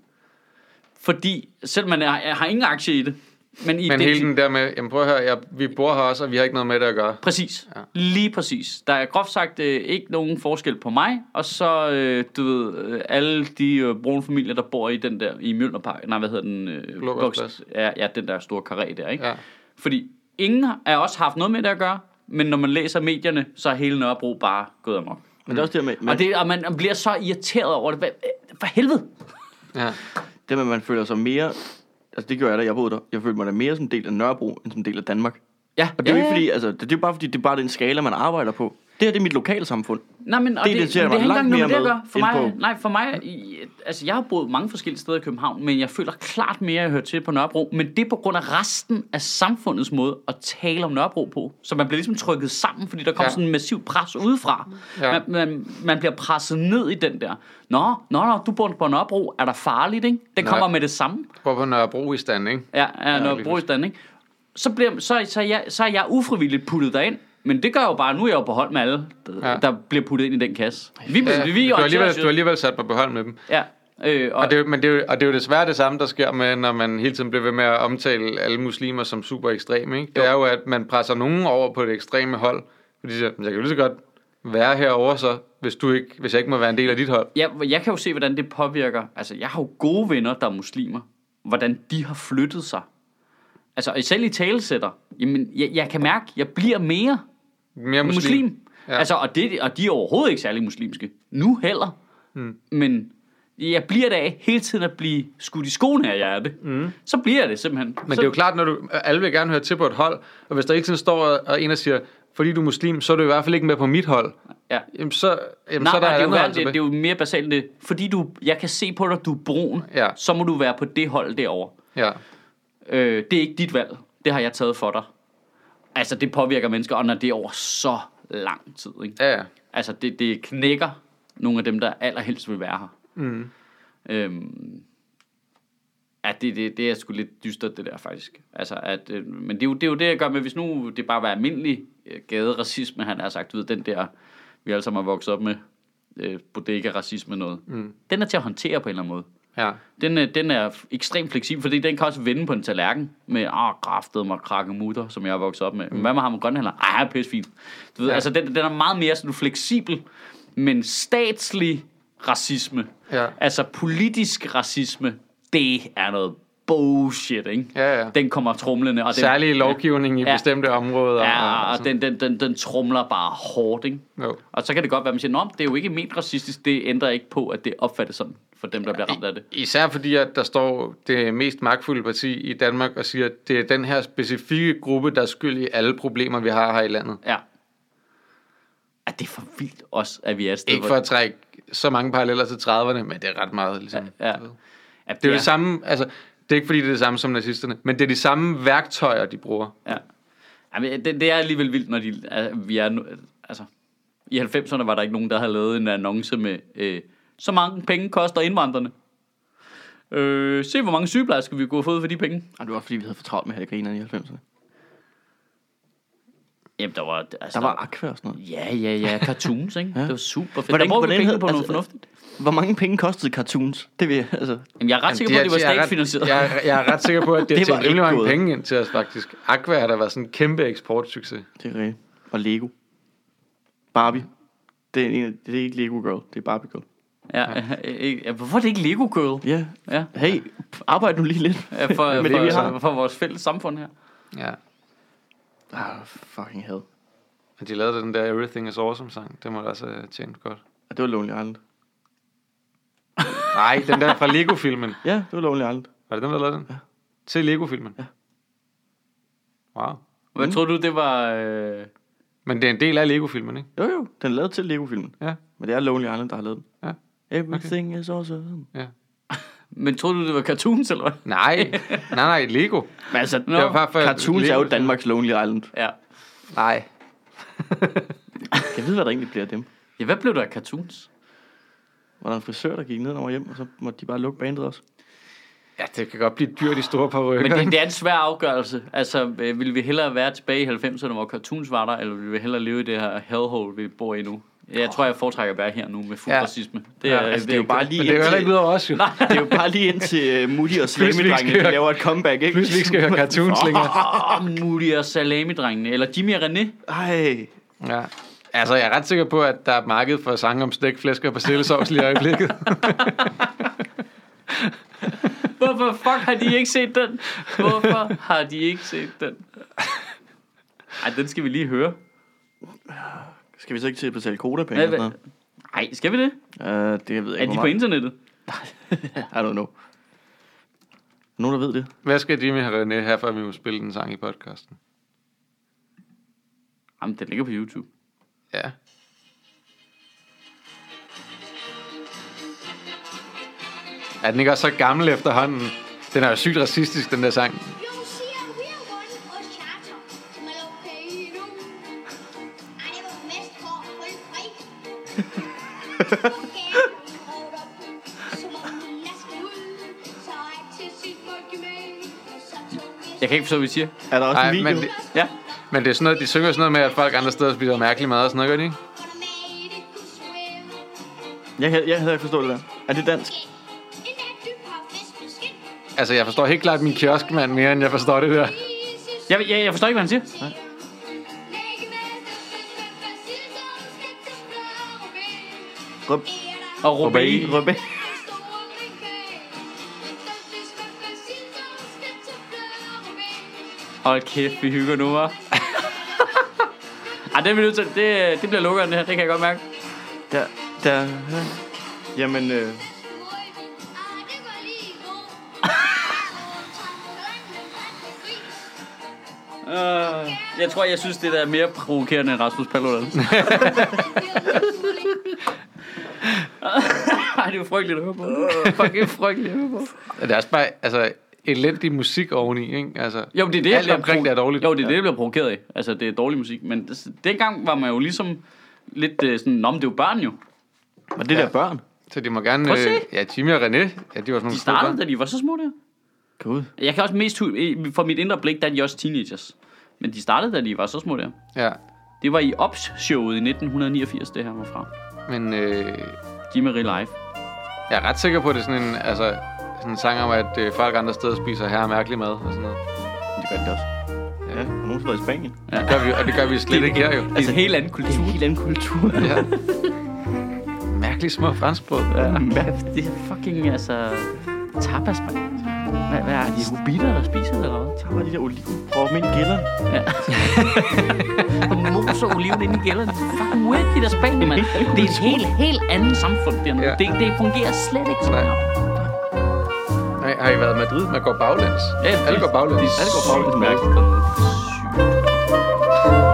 Fordi, selv man er, har ingen aktie i det, men, Men hele den der med, jamen prøv at høre, jeg, vi bor her også, og vi har ikke noget med det at gøre. Præcis, Ja. ja. Lige præcis. Der er groft sagt øh, ikke nogen forskel på mig, og så, øh, du ved, øh, alle de øh, brune familier, der bor i den der, i Mjølnerpark, nej, hvad hedder den? Øh, Blågårdsplads. ja, ja, den der store karré der, ikke? Ja. Fordi ingen af os har haft noget med det at gøre, men når man læser medierne, så er hele Nørrebro bare gået amok. Men det er også det med, Og, det, og man bliver så irriteret over det. Hvad- For helvede! Ja. det med, at man føler sig mere... Altså, det gør jeg da, jeg boede der. Jeg føler mig da mere som en del af Nørrebro, end som en del af Danmark. Ja, Og det er jo ja, ikke fordi, altså, det, det er jo bare fordi, det er bare den skala, man arbejder på. Det her, det er mit lokalsamfund. Nej, men, og Det det, det, irriterer men det mig har ikke langt engang noget med mere det at gøre. For med mig, end på- nej, for mig, i, altså jeg har boet mange forskellige steder i København, men jeg føler klart mere, at jeg hører til på Nørrebro. Men det er på grund af resten af samfundets måde at tale om Nørrebro på. Så man bliver ligesom trykket sammen, fordi der kommer Ja. ja. sådan en massiv pres udefra. Ja. Man, man, man bliver presset ned i den der. Nå, nå, nå, du bor på Nørrebro. Er der farligt, ikke? Det kommer Nej. med det samme. Bor på Nørrebro i stand, ikke? Ja, ja lige Nørrebro i stand, ikke? Så, bliver, så, så, er jeg, så er jeg ufrivilligt puttet derind. Men det gør jo bare, nu er jeg jo på hold med alle, der, Ja. der bliver puttet ind i den kasse. Vi, Ja, vi, vi du, har alligevel, orienterer du har alligevel sat mig på hold med dem. Ja, øh, og, Og det, er jo- men det er jo, og det er jo desværre det samme, der sker med, når man hele tiden bliver ved med at omtale alle muslimer som super ekstreme, ikke? Det Jo. er jo, at man presser nogen over på det ekstreme hold, fordi de siger, jeg kan jo lige så godt være herovre så, hvis, du ikke, hvis jeg ikke må være en del af dit hold. ja, jeg kan jo se, hvordan det påvirker. Altså, jeg har jo gode venner, der er muslimer. Hvordan de har flyttet sig. Altså, og selv i talesætter. Jamen, jeg, jeg kan mærke, jeg bliver mere Mere muslim. muslim. muslim. Ja. Altså, og, det, og de er overhovedet ikke særlig muslimske. Nu heller. Mm. Men jeg bliver da af hele tiden at blive skudt i skoene af hjerte. Mm. Så bliver det simpelthen. Men så... det er jo klart, når du alle vil gerne høre til på et hold, og hvis der ikke sådan står og en og siger, fordi du er muslim, så er du i hvert fald ikke med på mit hold. Ja. Jamen så, jamen, nej, så er der nej, det, er jo, andet det, det er jo mere basalt det. Fordi du, jeg kan se på dig, du er brun, ja. så må du være på det hold derovre. Ja. Øh, det er ikke dit valg. Det har jeg taget for dig. Altså, det påvirker mennesker, og når det er over så lang tid. Ikke? Ja, ja. Altså, det, det knækker nogle af dem, der allerhelst vil være her. Mm. Øhm, ja, det, det, det er sgu lidt dystert, det der, faktisk. Altså, at, øh, men det er, jo, det er jo det, jeg gør med, hvis nu det bare var almindelig øh, gaderacisme, han har sagt, du ved, den der, vi alle sammen har vokset op med, øh, bodega-racisme noget. Mm. Den er til at håndtere på en eller anden måde. Ja. Den, øh, den er ekstremt fleksibel, fordi den kan også vende på en tallerken med, ah, kraftede mig krakkemutter, som jeg har vokset op med. Mm. Hvad med ham og grønhandler? Ej, pisse fint. Du ved, ja. Altså, den, den er meget mere sådan fleksibel, men statslig racisme, ja. altså politisk racisme, det er noget bullshit, ikke? Ja, ja. Den kommer trumlende. Og særlig den, lovgivning ja, i bestemte områder. Ja, og, og, og den, den, den, den trumler bare hårdt, ikke? Jo. Og så kan det godt være, at man siger, nå, det er jo ikke ment racistisk, det ændrer ikke på, at det opfattes sådan for dem, der bliver ramt af det. Især fordi, at der står det mest magtfulde parti i Danmark og siger, at det er den her specifikke gruppe, der er skyld i alle problemer, vi har her i landet. Ja. Ja, det er for vildt også, at vi er et sted. Ikke for at trække så mange paralleller til trediverne, men det er ret meget, ligesom. Ja, ja. Ja, det er jo det samme, altså, det er ikke fordi, det er det samme som nazisterne, men det er de samme værktøjer, de bruger. Ja. Ja, men det, det er alligevel vildt, når de, altså, vi er, altså, i halvfemserne var der ikke nogen, der havde lavet en annonce med, øh, så mange penge koster indvandrerne. Øh, se, hvor mange sygeplejersker vi kunne have fået for de penge. Og det var fordi, vi havde for travlt med at have grinerne i halvfemserne. Jamen, der var... Altså, der var Aqua og sådan noget. Ja, ja, ja. Cartoons, ikke? Ja. Det var super fedt. Hvordan, der brugte vi penge havde, på altså, noget fornuftigt. Hvor mange penge kostede cartoons? Det vil jeg, altså... Jamen, jeg er ret Jamen, sikker på, at det var statsfinansieret. Jeg, jeg, jeg er ret sikker på, at det, det har tjent rimelig mange gået. penge ind til os, faktisk. Aqua har der været sådan en kæmpe eksportsucces. Det er rigtigt. Og Lego. Barbie. Det er, en, det er ikke Lego Girl, det er Barbie Girl. Ja, ja. ja, hvorfor er det ikke Lego Girl? Ja. ja. Hey, arbejde nu lige lidt. Ja, for, for, med for, det, vi har. for vores fælles samfund her. Ja. Ah, fucking hell. Men de lavede den der Everything is Awesome sang. Det må da også have tjent godt. Og det var Lonely Island. Nej, den der fra Lego-filmen. Ja, det var Lonely Island. Var det dem, der lavede den? Ja. Til Lego-filmen? Ja. Wow. Hvad mm. tror du, det var... Øh... Men det er en del af Lego-filmen, ikke? Jo, jo. Den er lavet til Lego-filmen. Ja. Men det er Lonely Island, der har lavet den. Ja. Everything okay. is awesome. Ja. Men tror du, det var cartoons, eller hvad? Nej, nej, nej, Lego. Men altså, no. for cartoons Lego, er jo Danmarks Lonely Island. Ja. Nej. Jeg ved, hvad der egentlig bliver af dem. Ja, hvad blev der af cartoons? Var der en frisør, der gik ned over hjem, og så måtte de bare lukke bandet også? Ja, det kan godt blive dyrt, de store parrykker. Men det, det er en svær afgørelse. Altså, øh, vil vi hellere være tilbage i halvfemserne, hvor cartoons var der, eller vil vi hellere leve i det her hellhole, vi bor i nu? Jeg tror, jeg foretrækker at være her nu med fuld ja. racisme. Det er, ja, altså, det er jo bare lige men det er jo heller ikke ud over os, jo. Nej, det er jo bare lige indtil uh, Moody og Salami-drengene laver et comeback, ikke? Pludselig ikke skal høre cartoons længere. Oh, Moody og Salami-drengene, eller Jimmy og René. Ej. Ja. Altså, jeg er ret sikker på, at der er marked for sange om stegt, flæsk og persillesovs lige i øjeblikket. Hvorfor fuck har de ikke set den? Hvorfor har de ikke set den? Ej, den skal vi lige høre. Skal vi så ikke til at betale kodapenge? Nej, skal vi det? Uh, det ved jeg ikke. Er de på internettet? I don't know. Nogen, der ved det? Hvad skal Jimmy og René have, for at vi må spille den sang i podcasten? Jamen, den ligger på YouTube. Ja. Er den ikke også så gammel efterhånden? Den er jo sygt racistisk, den der sang. Jeg kan ikke forstå, hvad vi siger. Er der også Ej, en video? Men det, ja. Men det er sådan noget, de synger sådan noget med, at folk andre steder spiser mærkelig mad og sådan noget, gør de ikke? Jeg, jeg, jeg havde ikke forstået det der. Er det dansk? Altså, jeg forstår helt klart min kioskmand mere, end jeg forstår det der. Jeg, jeg, jeg forstår ikke, hvad han siger. Nej. Røb. Og Røbé. Røbé. Hold kæft, vi hygger nu, hva'? Ej, det er vi nødt til. Det, det bliver lukkeren, det her. Det kan jeg godt mærke. Der, der, ja. Jamen, øh, Uh, jeg tror, jeg synes, det der er mere provokerende end Rasmus Paludan. Ej, det er jo frygteligt at høre på. Fucking frygteligt at høre på. Det er også bare, altså, elendig musik oveni, ikke? Altså, Jo, det er det, alt jeg omkring provo- det er dårligt. Jo, det er det, jeg bliver provokeret af. Altså, det er dårlig musik. Men det, dengang var man jo ligesom lidt uh, sådan, nå, men det er jo børn jo. var det Ja. der børn? Så de må gerne... Prøv at se. Øh, ja, Jimmy og René, ja, de var sådan nogle De små startede, børn. da de var så små der. Gud. Jeg kan også mest hu- for mit indre blik, der er de også teenagers. Men de startede, da de var så små der. Ja, Det var i Ops-showet i nitten niogfirs, det her var fra. men øh, Jimmy Live. jeg er ret sikker på, at det er sådan en, altså, sådan en sang om, at øh, folk andre steder spiser her mærkelig mad og sådan noget. Det gør det også. Ja, og nogen steder i Spanien. Det gør vi, og det gør vi slet ikke her jo. Altså helt anden kultur. Det er en helt anden kultur. Ja. Mærkelige små franskbrød. Ja, det er fucking, altså, tapas, man. Hvad, hvad er det? Hobitter, der spiser det, eller hvad? Så var de der oliven. Prøv dem ind i gælderne. Mos og oliven inde i gælderne. Det er fucking weird, de der Spanien, mand. Det er et helt, helt andet samfund dernede. Ja. Det, det fungerer slet ikke sådan Nej. her. Nej, har I været i Madrid? Man går baglæns. Ja, Alle går baglæns. Alle går baglæns. Mærkeligt.